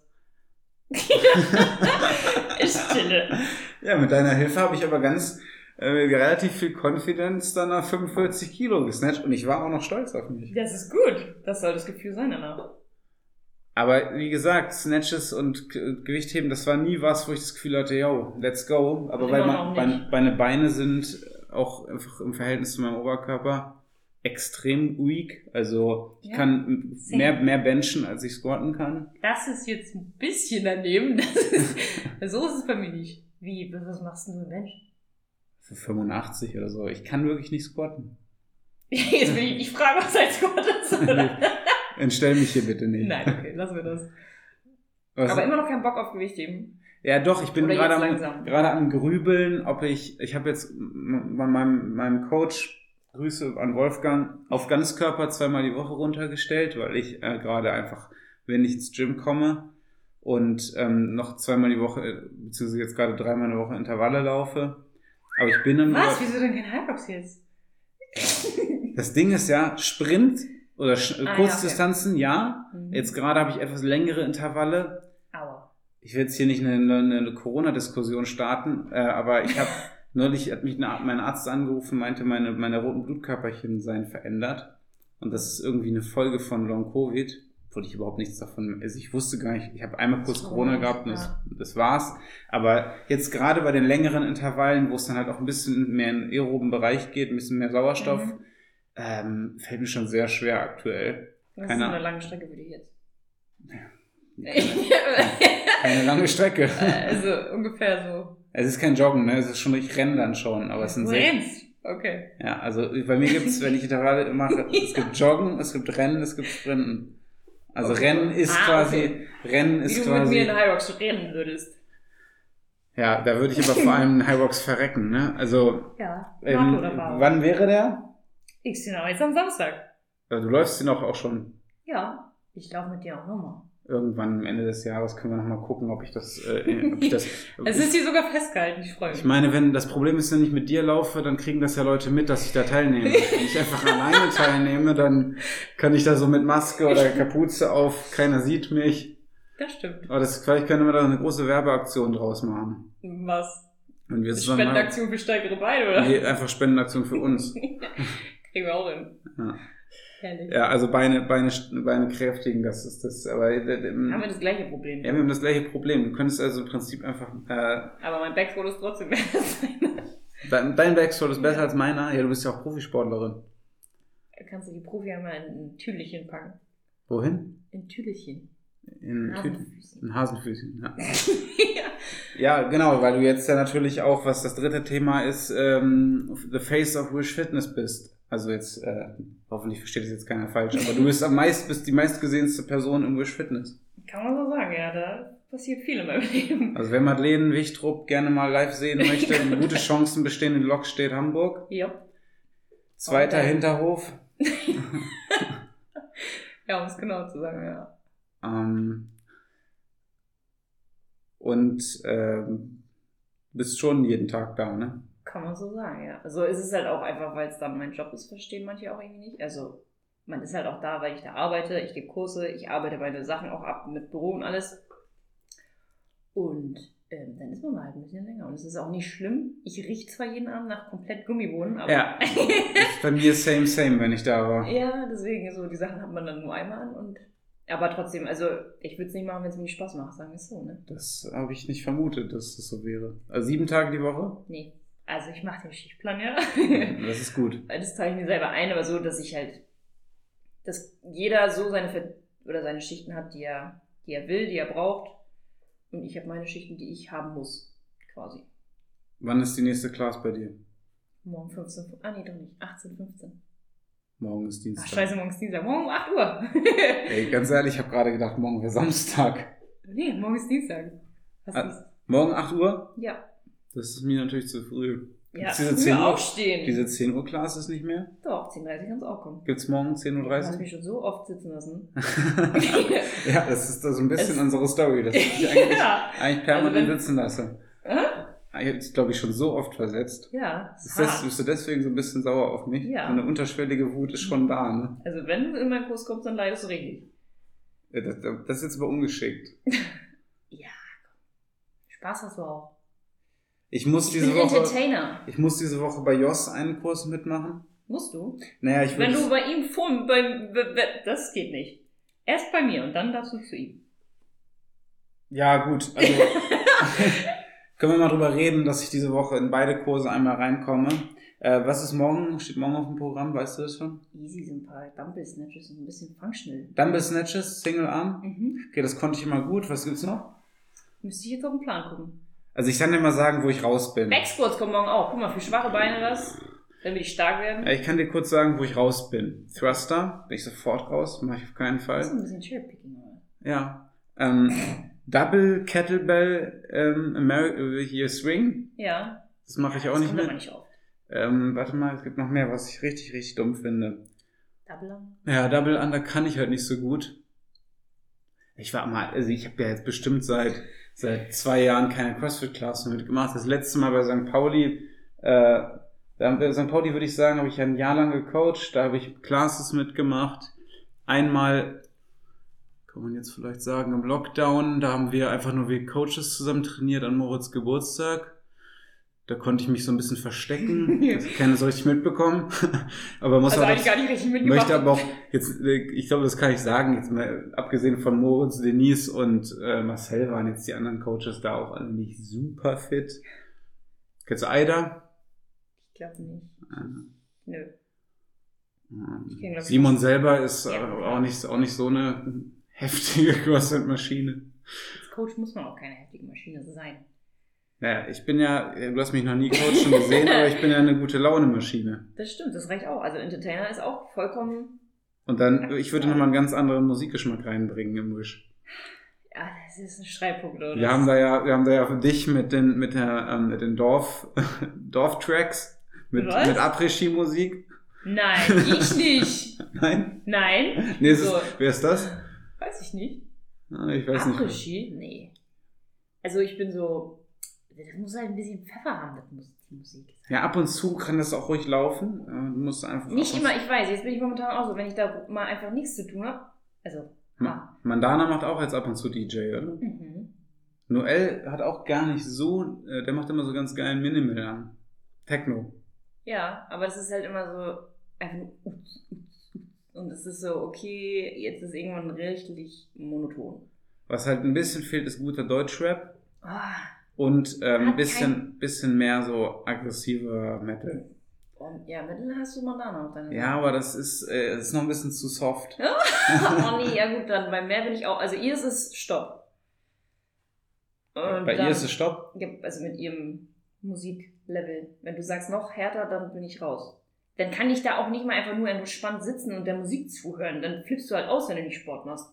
Ist Stille. Ja, mit deiner Hilfe habe ich aber ganz äh, relativ viel Confidence dann nach fünfundvierzig Kilo gesnatcht und ich war auch noch stolz auf mich. Das ist gut. Das soll das Gefühl sein danach. Aber wie gesagt, Snatches und Gewichtheben, das war nie was, wo ich das Gefühl hatte, yo, let's go. Aber weil man, meine, meine Beine sind auch einfach im Verhältnis zu meinem Oberkörper extrem weak. Also ich ja, kann mehr, mehr benchen, als ich squatten kann. Das ist jetzt ein bisschen daneben. Das ist, so ist es bei mir nicht. Wie, was machst du mit Bench? Für fünfundachtzig oder so. Ich kann wirklich nicht squatten. Jetzt will ich nicht fragen, was ein Squat ist, oder? Entstell mich hier bitte nicht. Nein, okay, lassen wir das. Was? Aber immer noch keinen Bock auf Gewichtheben. Ja, doch, ich bin gerade am, gerade am Grübeln, ob ich, ich habe jetzt bei meinem, meinem Coach, Grüße an Wolfgang, auf Ganzkörper zweimal die Woche runtergestellt, weil ich äh, gerade einfach, wenn ich ins Gym komme und ähm, noch zweimal die Woche, beziehungsweise jetzt gerade dreimal in der Woche Intervalle laufe. Aber ich bin im Was? Wieso denn kein Hyrox jetzt? Das Ding ist ja, Sprint oder Sch- ah, Kurzdistanzen, ja. Okay. ja. Mhm. Jetzt gerade habe ich etwas längere Intervalle. Aua. Ich will jetzt hier nicht eine, eine, eine Corona-Diskussion starten, äh, aber ich habe neulich hat mich eine, mein Arzt angerufen, meinte, meine, meine roten Blutkörperchen seien verändert. Und das ist irgendwie eine Folge von Long-Covid, wo ich überhaupt nichts davon, also ich wusste gar nicht, ich habe einmal kurz Corona gehabt und das, das war's. Aber jetzt gerade bei den längeren Intervallen, wo es dann halt auch ein bisschen mehr in den aeroben Bereich geht, ein bisschen mehr Sauerstoff, mhm. ähm, fällt mir schon sehr schwer aktuell. Das Keine ist eine lange Strecke für dich jetzt. Ja, keine, keine lange Strecke. Also ungefähr so. Es ist kein Joggen, ne? Es ist schon, ich renne dann schon, aber es sind du sehr... rennst? Okay. Ja, also bei mir gibt's, wenn ich Intervalle mache, es gibt Joggen, es gibt Rennen, es gibt Sprinten. Also okay. Rennen ist ah, quasi, okay. Rennen ist Wie du quasi... mit mir in Hyrox rennen würdest. Ja, da würde ich aber vor allem in Hyrox verrecken, ne? Also... Ja, ähm, wann wäre der? Ich sehe noch jetzt am Samstag. Ja, du läufst den auch, auch schon. Ja, ich laufe mit dir auch nochmal. Irgendwann am Ende des Jahres können wir nochmal gucken, ob ich das... Äh, ob ich das es ist hier sogar festgehalten, ich freue mich. Ich meine, wenn das Problem ist, wenn ich mit dir laufe, dann kriegen das ja Leute mit, dass ich da teilnehme. Wenn ich einfach alleine teilnehme, dann kann ich da so mit Maske oder Kapuze auf, keiner sieht mich. Das stimmt. Aber das, vielleicht können wir da eine große Werbeaktion draus machen. Was? Und wir Spendenaktion für stärkere Beine, oder? Nee, einfach Spendenaktion für uns. Kriegen wir auch hin. Ja. Herrlich. Ja, also Beine, Beine, Beine kräftigen, das ist das, aber... Äh, haben wir das gleiche Problem. Ja, wir haben das gleiche Problem. Du könntest also im Prinzip einfach... Äh, aber mein Backsquat ist trotzdem besser als meiner. Dein, dein Backsquat ist besser ja. als meiner? Ja, du bist ja auch Profisportlerin. Kannst du die Profi einmal in ein Tüdelchen packen? Wohin? In Tüdelchen. In Hasenfüßchen. In Hasenfüßchen, ja. ja. Ja, genau, weil du jetzt ja natürlich auch, was das dritte Thema ist, ähm, the face of Wish Fitness bist. Also jetzt, äh, hoffentlich versteht das jetzt keiner falsch, aber du bist am meist, bist die meistgesehenste Person im Wish Fitness. Kann man so sagen, ja, da passiert viel in meinem Leben. Also wenn Madeleine Wichtrup gerne mal live sehen möchte, gute Chancen bestehen in Lockstedt, Hamburg. Ja. Zweiter okay. Hinterhof. Ja, um es genau zu sagen, ja. Ähm, und ähm, bist schon jeden Tag da, ne? Kann man so sagen, ja. Also ist es halt auch einfach, weil es dann mein Job ist, verstehen manche auch irgendwie nicht. Also man ist halt auch da, weil ich da arbeite, ich gebe Kurse, ich arbeite meine Sachen auch ab mit Büro und alles. Und ähm, dann ist man halt ein bisschen länger. Und es ist auch nicht schlimm. Ich rieche zwar jeden Abend nach komplett Gummibohnen, aber... Ja, ist bei mir same, same, wenn ich da war. Ja, deswegen, so die Sachen hat man dann nur einmal an und... Aber trotzdem, also ich würde es nicht machen, wenn es mir nicht Spaß macht, sagen wir es so, ne? Das habe ich nicht vermutet, dass das so wäre. Also sieben Tage die Woche? Nee. Also ich mache den Schichtplan, ja. Das ist gut. Das teile ich mir selber ein, aber so, dass ich halt, dass jeder so seine Ver- oder seine Schichten hat, die er, die er will, die er braucht. Und ich habe meine Schichten, die ich haben muss, quasi. Wann ist die nächste Class bei dir? Morgen fünfzehn Uhr. Ah nee, doch nicht. achtzehn fünfzehn. Morgen ist Dienstag. Ach scheiße, morgen ist Dienstag. Morgen um acht Uhr. Ey, ganz ehrlich, ich habe gerade gedacht, morgen wäre Samstag. Nee, morgen ist Dienstag. Was ah, ist? Morgen acht Uhr? Ja. Das ist mir natürlich zu früh. Ja, diese zehn Uhr aufstehen. Diese zehn Uhr Class ist nicht mehr? Doch, zehn Uhr dreißig kann es auch kommen. Gibt's morgen zehn Uhr dreißig? Du hast mich schon so oft sitzen lassen. Ja, das ist so ein bisschen es unsere Story, dass ich dich eigentlich, ja. eigentlich permanent also sitzen lasse. Äh? Ich habe dich, glaube ich, schon so oft versetzt. Ja. Ist das, bist du deswegen so ein bisschen sauer auf mich? Ja. So eine unterschwellige Wut ist schon da, ne? Also wenn du in meinen Kurs kommst, dann leidest du richtig. Ja, das, das ist jetzt aber ungeschickt. Ja, Spaß hast du auch. Ich muss ich diese bin Woche. Entertainer. Ich muss diese Woche bei Jos einen Kurs mitmachen. Musst du? Naja, ich Wenn du bei ihm vor, beim, das geht nicht. Erst bei mir und dann darfst du zu ihm. Ja, gut. Also können wir mal drüber reden, dass ich diese Woche in beide Kurse einmal reinkomme. Äh, was ist morgen? Steht morgen auf dem Programm? Weißt du das schon? Easy sind ein paar Dumbbell Snatches und ein bisschen Functional. Dumbbell Snatches, Single Arm? Mhm. Okay, das konnte ich immer gut. Was gibt's noch? Müsste ich jetzt auf den Plan gucken. Also ich kann dir mal sagen, wo ich raus bin. Back Squats kommen morgen auch. Guck mal, für schwache Beine das, damit die stark werden. Ich kann dir kurz sagen, wo ich raus bin. Thruster, bin ich sofort raus, mache ich auf keinen Fall. Das ist ein bisschen Cherry-Picking, oder? Ja. Ähm, Double Kettlebell ähm, Ameri- hier Swing. Ja. Das mache ich auch das nicht kommt mehr. aber nicht auf. Ähm, warte mal, es gibt noch mehr, was ich richtig, richtig dumm finde. Double Arm? Ja, Double Under kann ich halt nicht so gut. Ich war mal, also ich habe ja jetzt bestimmt seit seit zwei Jahren keine CrossFit-Klasse mitgemacht. Das letzte Mal bei Sankt Pauli, äh, bei Sankt Pauli würde ich sagen, habe ich ein Jahr lang gecoacht. Da habe ich Classes mitgemacht. Einmal, kann man jetzt vielleicht sagen, im Lockdown, da haben wir einfach nur wir Coaches zusammen trainiert an Moritz Geburtstag. Da konnte ich mich so ein bisschen verstecken. Das hat keiner so richtig mitbekommen. Aber muss also auch eigentlich das, gar nicht richtig mitgemacht. möchte aber auch jetzt, ich glaube, das kann ich sagen, jetzt mal abgesehen von Moritz, Denise und äh, Marcel waren jetzt die anderen Coaches da auch alle nicht super fit. Kennst du Aida? Ich glaube nicht. Ja. Nö. Ähm, kenn, glaub ich, Simon nicht. selber ist Ja. auch nicht, auch nicht so eine heftige CrossFit-Maschine. Als Coach muss man auch keine heftige Maschine sein. Naja, ich bin ja, du hast mich noch nie coachen gesehen, aber ich bin ja eine gute Laune-Maschine. Das stimmt, das reicht auch. Also Entertainer ist auch vollkommen... Und dann, ich würde nochmal einen ganz anderen Musikgeschmack reinbringen im Wish. Ja, das ist ein Streitpunkt, oder? Wir haben da ja, wir haben da ja für dich mit den, mit der, ähm, mit den Dorf, Dorftracks, mit, Was? mit Après-Ski-Musik. Nein, ich nicht. Nein? Nein. Nee, es So. ist, wer ist das? Weiß ich nicht. Ah, ich weiß nicht. Après-Ski? Nee. Also ich bin so... Das muss halt ein bisschen Pfeffer haben, das muss die Musik sein. Ja, ab und zu kann das auch ruhig laufen. Äh, Du musst einfach. Nicht ab und immer, zu- ich weiß, jetzt bin ich momentan auch so, wenn ich da mal einfach nichts zu tun habe. Also, Ma- Mandana macht auch jetzt ab und zu D J, oder? mhm. Noel hat auch gar nicht so, äh, der macht immer so ganz geilen Minimal an. Techno. Ja, aber das ist halt immer so einfach nur und es ist so, okay, jetzt ist irgendwann richtig monoton. Was halt ein bisschen fehlt, ist guter Deutschrap. Ah, Und ähm, ein Hat bisschen, bisschen mehr so aggressiver Metal. und ja, Mittel hast du Mandana auf deiner Seite. Ja, aber das ist, äh, das ist noch ein bisschen zu soft. Oh nee, ja gut, dann bei mehr bin ich auch. Also ihr ist es Stopp. Und Bei dann, ihr ist es Stopp. Ja, also mit ihrem Musiklevel. Wenn du sagst noch härter, dann bin ich raus. Dann kann ich da auch nicht mal einfach nur entspannt sitzen und der Musik zuhören. Dann flippst du halt aus, wenn du nicht Sport machst.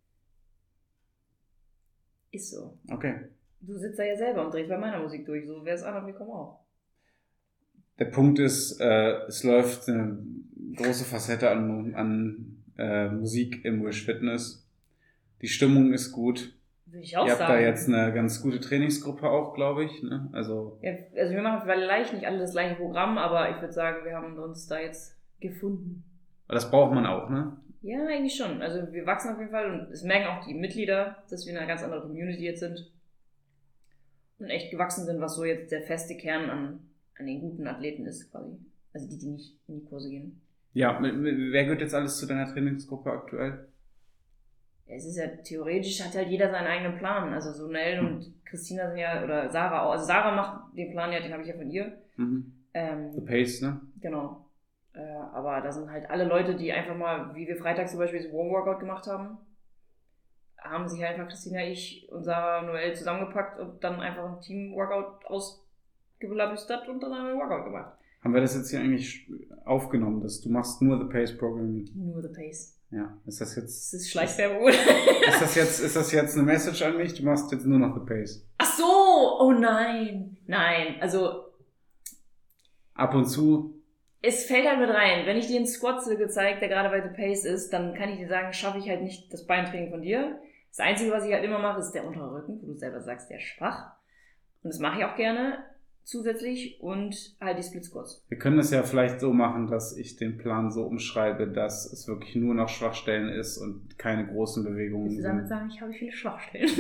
Ist so. Okay. Du sitzt da ja selber und drehst bei meiner Musik durch. So wäre es an und wir kommen auch. Der Punkt ist, äh, es läuft eine große Facette an, an äh, Musik im Wish Fitness. Die Stimmung ist gut. Würde ich auch Ihr habt sagen. da jetzt eine ganz gute Trainingsgruppe auch, glaube ich. Ne? Also Ja, also wir machen vielleicht nicht alle das gleiche Programm, aber ich würde sagen, wir haben uns da jetzt gefunden. das braucht man auch, ne? Ja, eigentlich schon. Also wir wachsen auf jeden Fall und es merken auch die Mitglieder, dass wir eine ganz andere Community jetzt sind. Und echt gewachsen sind, was so jetzt der feste Kern an, an den guten Athleten ist quasi. Also die, die nicht in die Kurse gehen. Ja, mit, mit, wer gehört jetzt alles zu deiner Trainingsgruppe aktuell? Es ist ja theoretisch, hat halt jeder seinen eigenen Plan. Also so Nell und Christina sind ja, oder Sarah auch. Also Sarah macht den Plan ja, den habe ich ja von ihr. Mhm. Ähm, The Pace, ne? Genau. Äh, aber da sind halt alle Leute, die einfach mal, wie wir Freitag zum Beispiel so Warm Workout gemacht haben, haben sich einfach Christina, ich und Sarah Noel zusammengepackt und dann einfach ein Team-Workout ausgelabüstert und dann ein Workout gemacht. Haben wir das jetzt hier eigentlich aufgenommen, dass du machst nur The Pace Programming? Nur The Pace. Ja, ist das jetzt... Das ist Schleichwerbung. Ist das jetzt, ist das jetzt eine Message an mich? Du machst jetzt nur noch The Pace. Ach so! Oh nein! Nein, also Ab und zu, es fällt halt mit rein. Wenn ich dir einen Squat-Circle zeige, der gerade bei The Pace ist, dann kann ich dir sagen, schaffe ich halt nicht das Beintraining von dir. Das Einzige, was ich halt immer mache, ist der untere Rücken, wo du selber sagst, der ist schwach. Und das mache ich auch gerne zusätzlich und halt die Split Squats. wir können das ja vielleicht so machen, dass ich den Plan so umschreibe, dass es wirklich nur noch Schwachstellen ist und keine großen Bewegungen Willst du damit sind. sagen, ich habe viele Schwachstellen?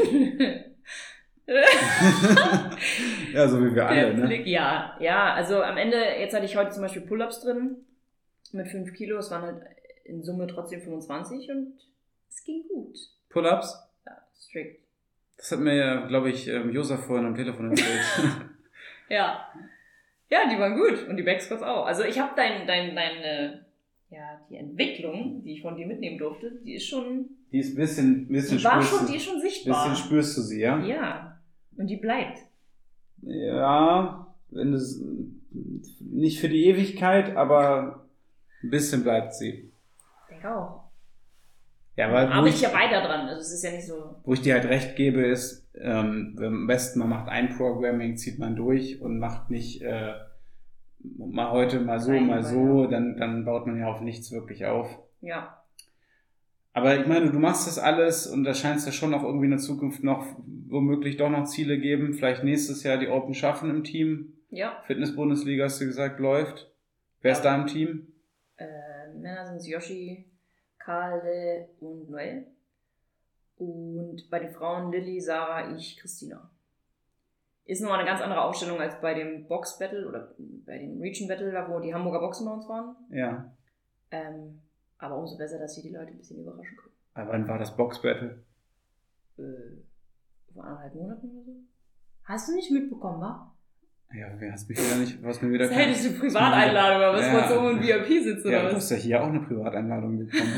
Ja, so wie wir alle, Der ne? Blick, ja. Ja, also am Ende, jetzt hatte ich heute zum Beispiel Pull-Ups drin mit fünf Kilo. Es waren halt in Summe trotzdem fünfundzwanzig und Es ging gut. Pull-ups? Ja, strikt. Das hat mir ja, glaube ich, Josef vorhin am Telefon erzählt. Ja. Ja, die waren gut. Und die Backsquats auch. Also ich habe dein, dein, deine, ja, die Entwicklung, die ich von dir mitnehmen durfte, die ist schon... Die ist ein bisschen, bisschen die war schon, du, die ist schon sichtbar. Bisschen spürst du sie, ja? Ja. Und die bleibt. Ja, wenn es nicht für die Ewigkeit, aber ein bisschen bleibt sie. Ich denke auch. Ja, weil aber ich, ich ja weiter dran, also es ist ja nicht so... Wo ich dir halt recht gebe, ist, ähm, am besten man macht ein Programming, zieht man durch und macht nicht äh, mal heute, mal so, Nein, mal so, dann, dann baut man ja auf nichts wirklich auf. Ja. Aber ich meine, du machst das alles und da scheint es ja schon auch irgendwie in der Zukunft noch womöglich doch noch Ziele geben. Vielleicht nächstes Jahr die Open schaffen im Team. Ja. Fitness-Bundesliga, hast du gesagt, läuft. Wer ist ja. da im Team? Äh, Männer sind es Yoshi, Karle und Noel. Und bei den Frauen Lilly, Sarah, ich, Christina. Ist nochmal eine ganz andere Aufstellung als bei dem Box-Battle oder bei dem Region-Battle, da wo die Hamburger Boxen bei uns waren. Ja. Ähm, aber umso besser, dass sie die Leute ein bisschen überraschen können. Aber wann war das Box-Battle? Äh, vor anderthalb Monaten oder so. Hast du nicht mitbekommen, wa? Ja, wer hast mich wieder nicht, was mir wieder Das hätte ich eine Privateinladung, aber was ja. man so ein V I P sitzt oder ja, was? du hast ja hier auch eine Privateinladung bekommen.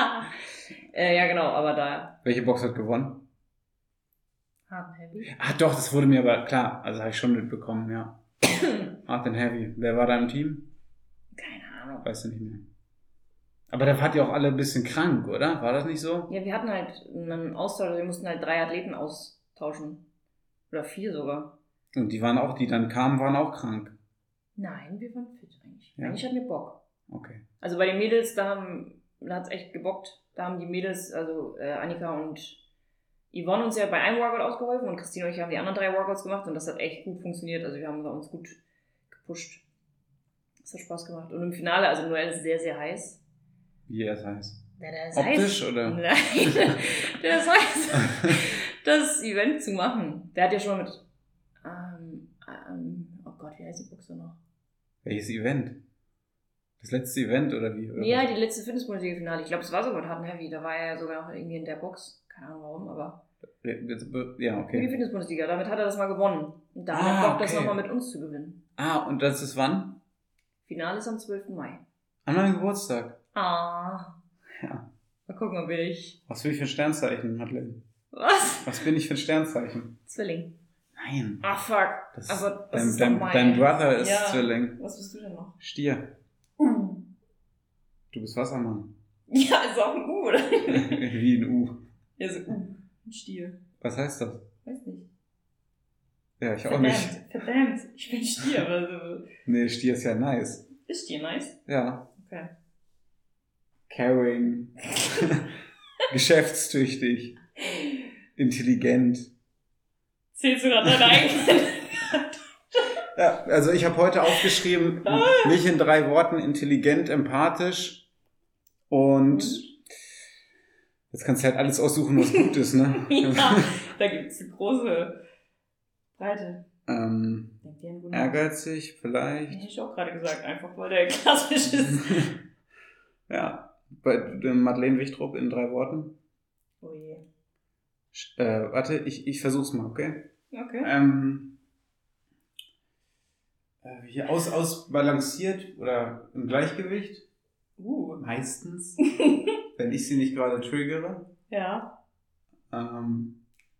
äh, ja, genau, aber da. Welche Box hat gewonnen? Hard and Heavy. Ach doch, das wurde mir aber klar, also habe ich schon mitbekommen, ja. Hard and Heavy. Wer war da im Team? Keine Ahnung. Weißt du nicht mehr. Aber da wart ihr auch alle ein bisschen krank, oder? War das nicht so? Ja, wir hatten halt einen Austausch, also wir mussten halt drei Athleten austauschen. Oder vier sogar. Und die waren auch, die dann kamen, waren auch krank. Nein, wir waren fit eigentlich. Ja. Eigentlich hatten wir Bock. Okay. Also bei den Mädels, da, haben, da hat's echt gebockt. Da haben die Mädels, also äh, Annika und Yvonne uns ja bei einem Workout ausgeholfen und Christine und ich haben die anderen drei Workouts gemacht und das hat echt gut funktioniert. Also wir haben uns gut gepusht. Das hat Spaß gemacht. Und im Finale, also Noel ist sehr, sehr heiß. Wie er es heißt. Ja, der ist Optisch, heiß. oder? Nein, der ist heiß, das Event zu machen. Der hat ja schon mit, ähm, ähm, oh Gott, wie heißt die Boxer noch? Welches Event? Das letzte Event, oder wie? Oder Ja, was? die letzte Fitness-Bundesliga-Finale. Ich glaube, es war sogar mit Hard and Heavy. Da war er ja sogar noch irgendwie in der Box. Keine Ahnung warum, aber... Ja, Die okay. Fitness-Bundesliga. Damit hat er das mal gewonnen. Und da Ah, hat er Bock, okay. das nochmal mit uns zu gewinnen. Ah, und das ist wann? Finale ist am zwölften Mai. An meinem Geburtstag. Ah. Ja. Mal gucken, ob ich... Was bin ich für ein Sternzeichen, Madeleine? Was? Was bin ich für ein Sternzeichen? Zwilling. Nein. Ah, fuck. Das Aber das dein, ist dein, doch Mai. dein Brother ist Ja. Zwilling. Was bist du denn noch? Stier. Uh. Du bist Wassermann. Ja, ist auch ein U, oder? Wie ein U. Ja, so U. Ein Stier. Was heißt das? Weiß nicht. Ja, ich auch Verdammt, nicht. verdammt. Ich bin Stier, aber so... Nee, Stier ist ja nice. Ist Stier nice? Ja. Okay. Caring. Geschäftstüchtig. Intelligent. Zählst du gerade deine eigenen? Ja, also ich habe heute aufgeschrieben, nicht in drei Worten, intelligent, empathisch und jetzt kannst du halt alles aussuchen, was gut ist, ne? Ja, da gibt es eine große Breite. Ähm, Denk dir einen guten ehrgeizig, Hätte vielleicht. ich auch gerade gesagt, einfach weil der klassisch ist. Ja, bei dem Madeleine Wichtrup in drei Worten. Oh je. Äh, warte, ich, ich versuch's mal, okay? Okay. Ähm, äh, hier aus, ausbalanciert oder im Gleichgewicht. Uh. Meistens. Wenn ich sie nicht gerade triggere. Ja. Ähm,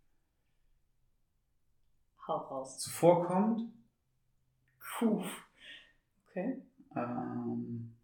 Hau raus. zuvorkommt. Puh. Okay. Ähm,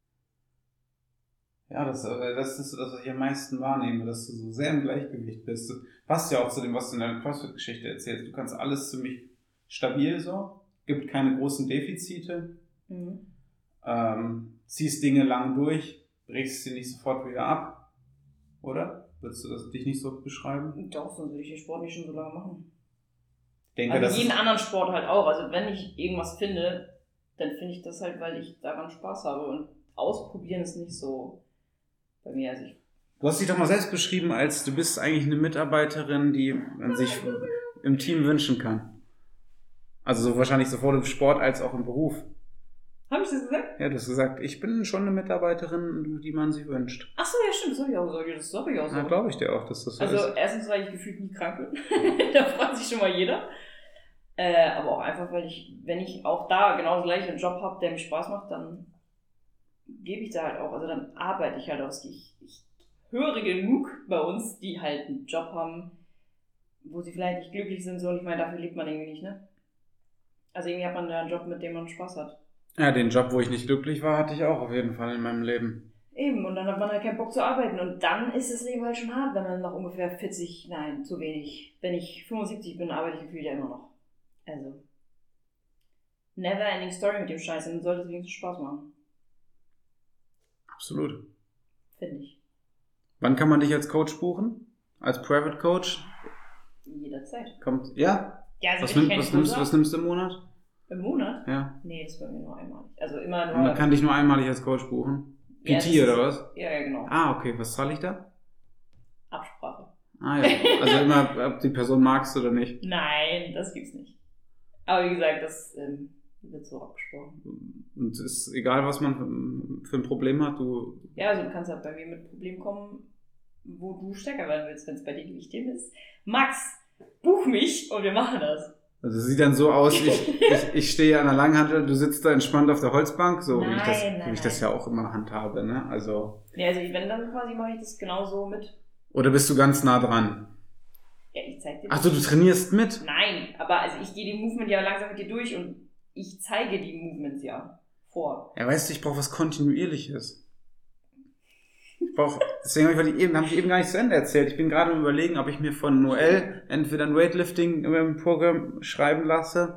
ja, das, äh, das ist so das, was ich am meisten wahrnehme, dass du so sehr im Gleichgewicht bist. Du passt ja auch zu dem, was du in deiner CrossFit-Geschichte erzählst. Du kannst alles ziemlich stabil so, gibt keine großen Defizite, Mhm. ähm, ziehst Dinge lang durch, brichst sie nicht sofort wieder ab, oder? Würdest du das dich nicht so beschreiben? Doch, sonst würde ich den Sport nicht schon so lange machen. Ich denke, Also das jeden ist, anderen Sport halt auch. Also wenn ich irgendwas finde, dann finde ich das halt, weil ich daran Spaß habe. Und ausprobieren ist nicht so bei mir. Also ich, du hast dich doch mal selbst beschrieben, als du bist eigentlich eine Mitarbeiterin, die man sich im Team wünschen kann. Also so wahrscheinlich sowohl im Sport als auch im Beruf. Habe ich das gesagt? Ja, du hast gesagt, ich bin schon eine Mitarbeiterin, die man sie wünscht. Ach so, ja stimmt, das habe ich auch gesagt. Das habe ich auch so. Ja, glaube ich dir auch, dass das so also, ist. Also erstens, weil ich gefühlt nie krank bin. Da freut sich schon mal jeder. Äh, aber auch einfach, weil ich, wenn ich auch da genau das gleiche einen Job habe, der mir Spaß macht, dann gebe ich da halt auch, also dann arbeite ich halt aus. Ich, ich höre genug bei uns, die halt einen Job haben, wo sie vielleicht nicht glücklich sind, so, und ich meine, dafür lebt man irgendwie nicht, ne? Also irgendwie hat man da einen Job, mit dem man Spaß hat. Ja, den Job, wo ich nicht glücklich war, hatte ich auch auf jeden Fall in meinem Leben. Eben, und dann hat man halt keinen Bock zu arbeiten. Und dann ist das Leben halt schon hart, wenn man noch ungefähr vierzig, nein, zu wenig. Wenn ich fünfundsiebzig bin, arbeite ich gefühlt ja immer noch. Also, never ending story mit dem Scheiß, dann sollte es wenigstens Spaß machen. Absolut. Finde ich. Wann kann man dich als Coach buchen? Als Private Coach? Jederzeit. Kommt, ja? Ja, also was, wenn nimm, ich was, keine nimmst, Kurse was nimmst du im Monat? Im Monat? Ja. Nee, das ist bei mir nur einmalig. Also immer nur... Und man kann dich nur einmalig als Coach buchen? P T ja, oder ist, was? Ja, ja, genau. Ah, okay. Was zahle ich da? Absprache. Ah ja. Also immer, ob die Person magst oder nicht. Nein, das gibt's nicht. Aber wie gesagt, das ähm, wird so abgesprochen. Und es ist egal, was man für ein Problem hat, du... Ja, also du kannst halt bei mir mit Problemen kommen, wo du stärker werden willst, wenn es bei dir Gewichtheben ist. Max, buch mich und wir machen das. Also es sieht dann so aus, ich, ich, ich stehe an der Langhantel, du sitzt da entspannt auf der Holzbank, so nein, wie ich das, nein, wie ich das ja auch immer handhabe, ne? Also... Ja, also wenn, dann quasi mache ich das genauso mit. Oder bist du ganz nah dran? Ja, ich zeig dir Ach so, du trainierst mit? Nein, aber also ich gehe die Movement ja langsam mit dir durch und ich zeige die Movements ja vor. Ja, weißt du, ich brauche was Kontinuierliches. Ich brauche, deswegen habe ich, eben, hab ich eben gar nicht zu Ende erzählt. Ich bin gerade am Überlegen, ob ich mir von Noel entweder ein Weightlifting-Programm schreiben lasse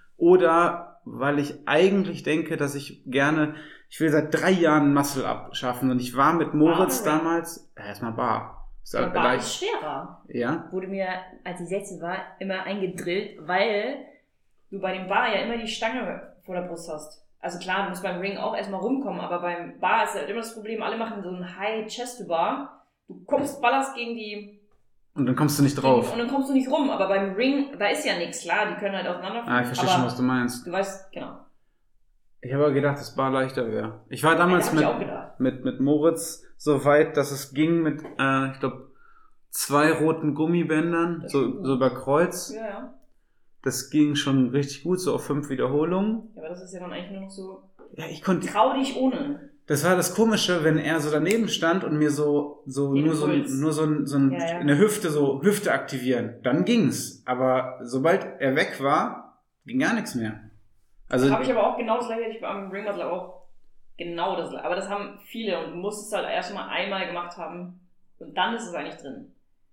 oder weil ich eigentlich denke, dass ich gerne, ich will seit drei Jahren Muscle-Up schaffen und ich war mit Moritz Bar, damals, ja, erstmal Bar. Ist ja, Bar ist schwerer. Ja? Wurde mir, als ich sechzehn war, immer eingedrillt, weil du bei dem Bar ja immer die Stange vor der Brust hast. Also klar, du musst beim Ring auch erstmal rumkommen, aber beim Bar ist halt immer das Problem, alle machen so einen High-Chest-to-Bar. Du kommst, ballerst gegen die... Und dann kommst du nicht drauf. Und dann kommst du nicht rum, aber beim Ring, da ist ja nichts, klar, die können halt auseinanderfallen. Ah, ich verstehe schon, was du meinst. Du weißt, genau. Ich habe aber gedacht, dass Bar leichter wäre. Ich war damals ja, mit, mit, mit Moritz so weit, dass es ging mit, äh, ich glaube, zwei roten Gummibändern, so, so über Kreuz. Ja, ja. Das ging schon richtig gut, so auf fünf Wiederholungen. Ja, aber das ist ja dann eigentlich nur noch so... Ja, ich konnte... Trau dich ohne. Das war das Komische, wenn er so daneben stand und mir so, so nur so, nur so, ein, so ein, ja, ja. eine Hüfte, so Hüfte aktivieren. Dann ging's. Aber sobald er weg war, ging gar nichts mehr. Also habe ich aber auch genau das gleiche, ich war am Ring Muscle auch genau das gleiche. Aber das haben viele und du musst es halt erst mal einmal gemacht haben und dann ist es eigentlich drin.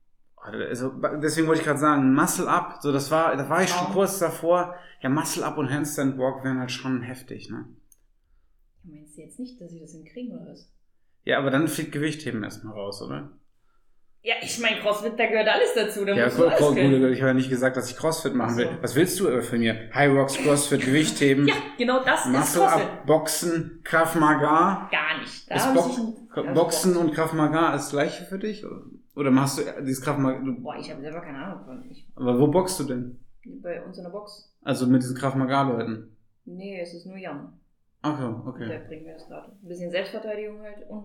Also, deswegen wollte ich gerade sagen, Muscle Up, so das war, da war ich schon kurz davor. Ja, Muscle Up und Handstand Walk wären halt schon heftig, ne? Meinst du jetzt nicht, dass ich das hinkriegen oder was? Ja, aber dann fliegt Gewichtheben erstmal raus, oder? Ja, ich meine, CrossFit, da gehört alles dazu. Da ja, musst du alles gut, können. ich habe ja nicht gesagt, dass ich CrossFit machen will. So. Was willst du aber von mir? High Rocks, CrossFit, Gewichtheben. Ja, genau das ist Muscle CrossFit. Up, Boxen, Krav Maga. Gar nicht. Da Ist Bo- ich nicht, Boxen und Krav Maga das gleiche für dich? Oder machst du dieses Krav Maga? Boah, ich habe selber keine Ahnung von. Ich, aber wo boxst du denn? bei uns in der Box. Also mit diesen Krav Maga Leuten? Nee, es ist nur Jan. Okay, okay. Der bringt mir das gerade. Ein bisschen Selbstverteidigung halt und...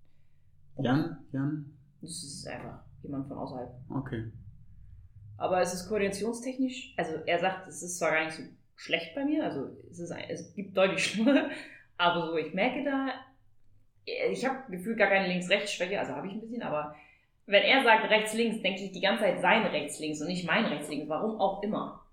Jan? Jan? Das ist einfach jemand von außerhalb. Okay. Aber es ist koordinationstechnisch, also er sagt, es ist zwar gar nicht so schlecht bei mir, also es, ist, es gibt deutlich schlimmer, aber so, ich merke da, ich habe gefühlt gar keine Links-Rechts-Schwäche, also habe ich ein bisschen, aber wenn er sagt Rechts-Links, denke ich die ganze Zeit sein Rechts-Links und nicht mein Rechts-Links, warum auch immer.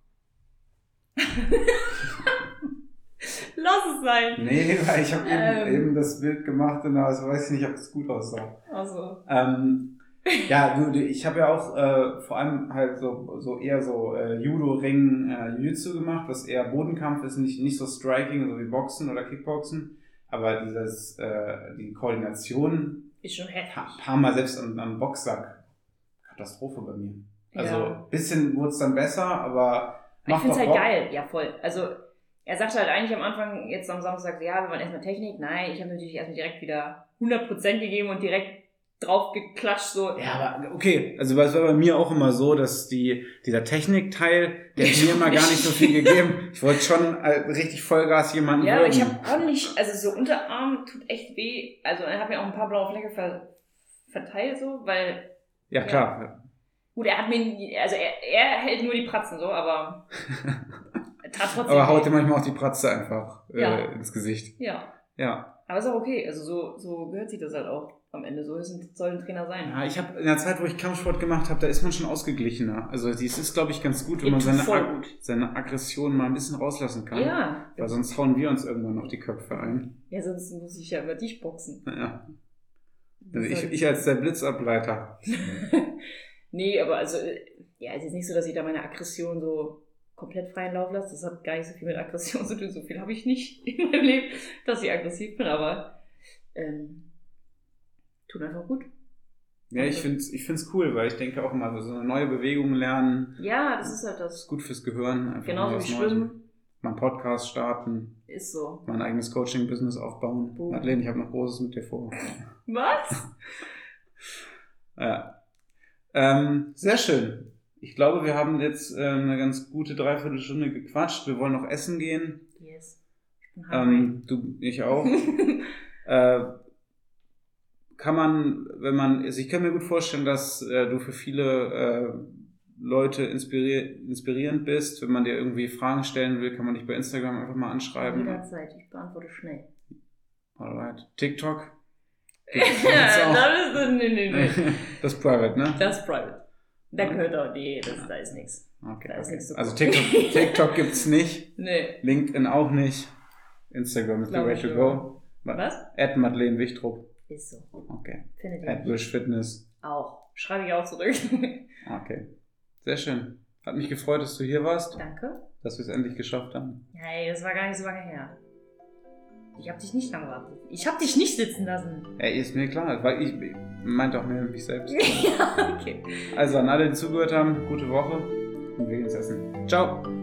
Lass es sein. Nee, weil ich habe Ähm. eben, eben das Bild gemacht und also weiß ich nicht, ob das gut aussah. Also. Ähm, ja, du, du, ich habe ja auch äh, vor allem halt so, so eher so äh, Judo, Ring, äh, Jiu-Jitsu gemacht, was eher Bodenkampf ist, nicht, nicht so Striking, so wie Boxen oder Kickboxen, aber dieses, äh, die Koordination Ist schon heftig. ein paar Mal selbst am, am Boxsack. Katastrophe bei mir. Also ein Ja. bisschen wurde es dann besser, aber Ich finde es halt geil, ja voll. Also er sagte halt eigentlich am Anfang, jetzt am Samstag, ja, wir wollen erstmal Technik. Nein, ich habe natürlich erstmal direkt wieder hundert Prozent gegeben und direkt drauf geklatscht, so. Ja, aber okay, also es war bei mir auch immer so, dass die, dieser Technikteil, der hat mir immer gar nicht so viel gegeben. Ich wollte schon richtig Vollgas jemanden Ja, aber würgen. ich habe ordentlich, also so Unterarm tut echt weh. Also er hat mir auch ein paar blaue Flecke ver, verteilt, so, weil... Ja, klar. Ja. Gut, er hat mir, also er, er hält nur die Pratzen, so, aber... tat trotzdem aber haut weh. dir manchmal auch die Pratze einfach äh, Ja. ins Gesicht. Ja. Ja. Aber ist auch okay, also so, so gehört sich das halt auch am Ende. So ist, soll ein Trainer sein. Ja, ich habe in der Zeit, wo ich Kampfsport gemacht habe, da ist man schon ausgeglichener. Also es ist, glaube ich, ganz gut, wenn man seine, voll Ag- gut. seine Aggression mal ein bisschen rauslassen kann. Ja. Weil sonst hauen wir uns irgendwann noch die Köpfe ein. Ja, sonst muss ich ja über dich boxen. Ja. Also ich, ich als der Blitzableiter. Nee, aber also, ja, es ist nicht so, dass ich da meine Aggression so komplett freien Lauf lasse. Das hat gar nicht so viel mit Aggression zu tun. So viel habe ich nicht in meinem Leben, dass ich aggressiv bin, aber ähm, tut einfach gut. Ja, ich finde es ich find's cool, weil ich denke auch immer, so eine neue Bewegung lernen. Ja, das ist halt Das ist das. gut fürs Gehirn. Einfach Genauso mal wie was Neues. Schwimmen. Mal einen Podcast starten. Ist so. Mein eigenes Coaching-Business aufbauen. Boom. Madeleine, ich habe noch Großes mit dir vor. Was? Ja. Ähm, sehr schön. Ich glaube, wir haben jetzt ähm, eine ganz gute Dreiviertelstunde gequatscht. Wir wollen noch essen gehen. Yes. Ich bin hungry. Ähm, du, ich auch. äh, kann man, wenn man, also ich kann mir gut vorstellen, dass äh, du für viele äh, Leute inspirier- inspirierend bist. Wenn man dir irgendwie Fragen stellen will, kann man dich bei Instagram einfach mal anschreiben. Jederzeit. Ich beantworte schnell. Alright. TikTok? Ja, das ist, nee, nee, nee. Das ist private, ne? Das ist private. Da gehört auch, nee, das, da ist nichts. Okay, Da ist okay. nichts zu Also gucken. TikTok, TikTok gibt's nicht. Nee. LinkedIn auch nicht. Instagram is the Glaub way ich to schon. go. Was? At Madeleine Wichtrup. Ist so. Okay. Findet ihr At nicht. Wish Fitness. Auch. Schreibe ich auch zurück. Okay. Sehr schön. Hat mich gefreut, dass du hier warst. Danke. Dass wir es endlich geschafft haben. Hey, das war gar nicht so lange her. Ich hab dich nicht lang gewartet. Ich hab dich nicht sitzen lassen. Ey, ist mir klar. Weil ich, ich meinte auch mehr mich selbst. Ja, okay. Also an alle, die zugehört haben, gute Woche. Und wir gehen jetzt essen. Ciao.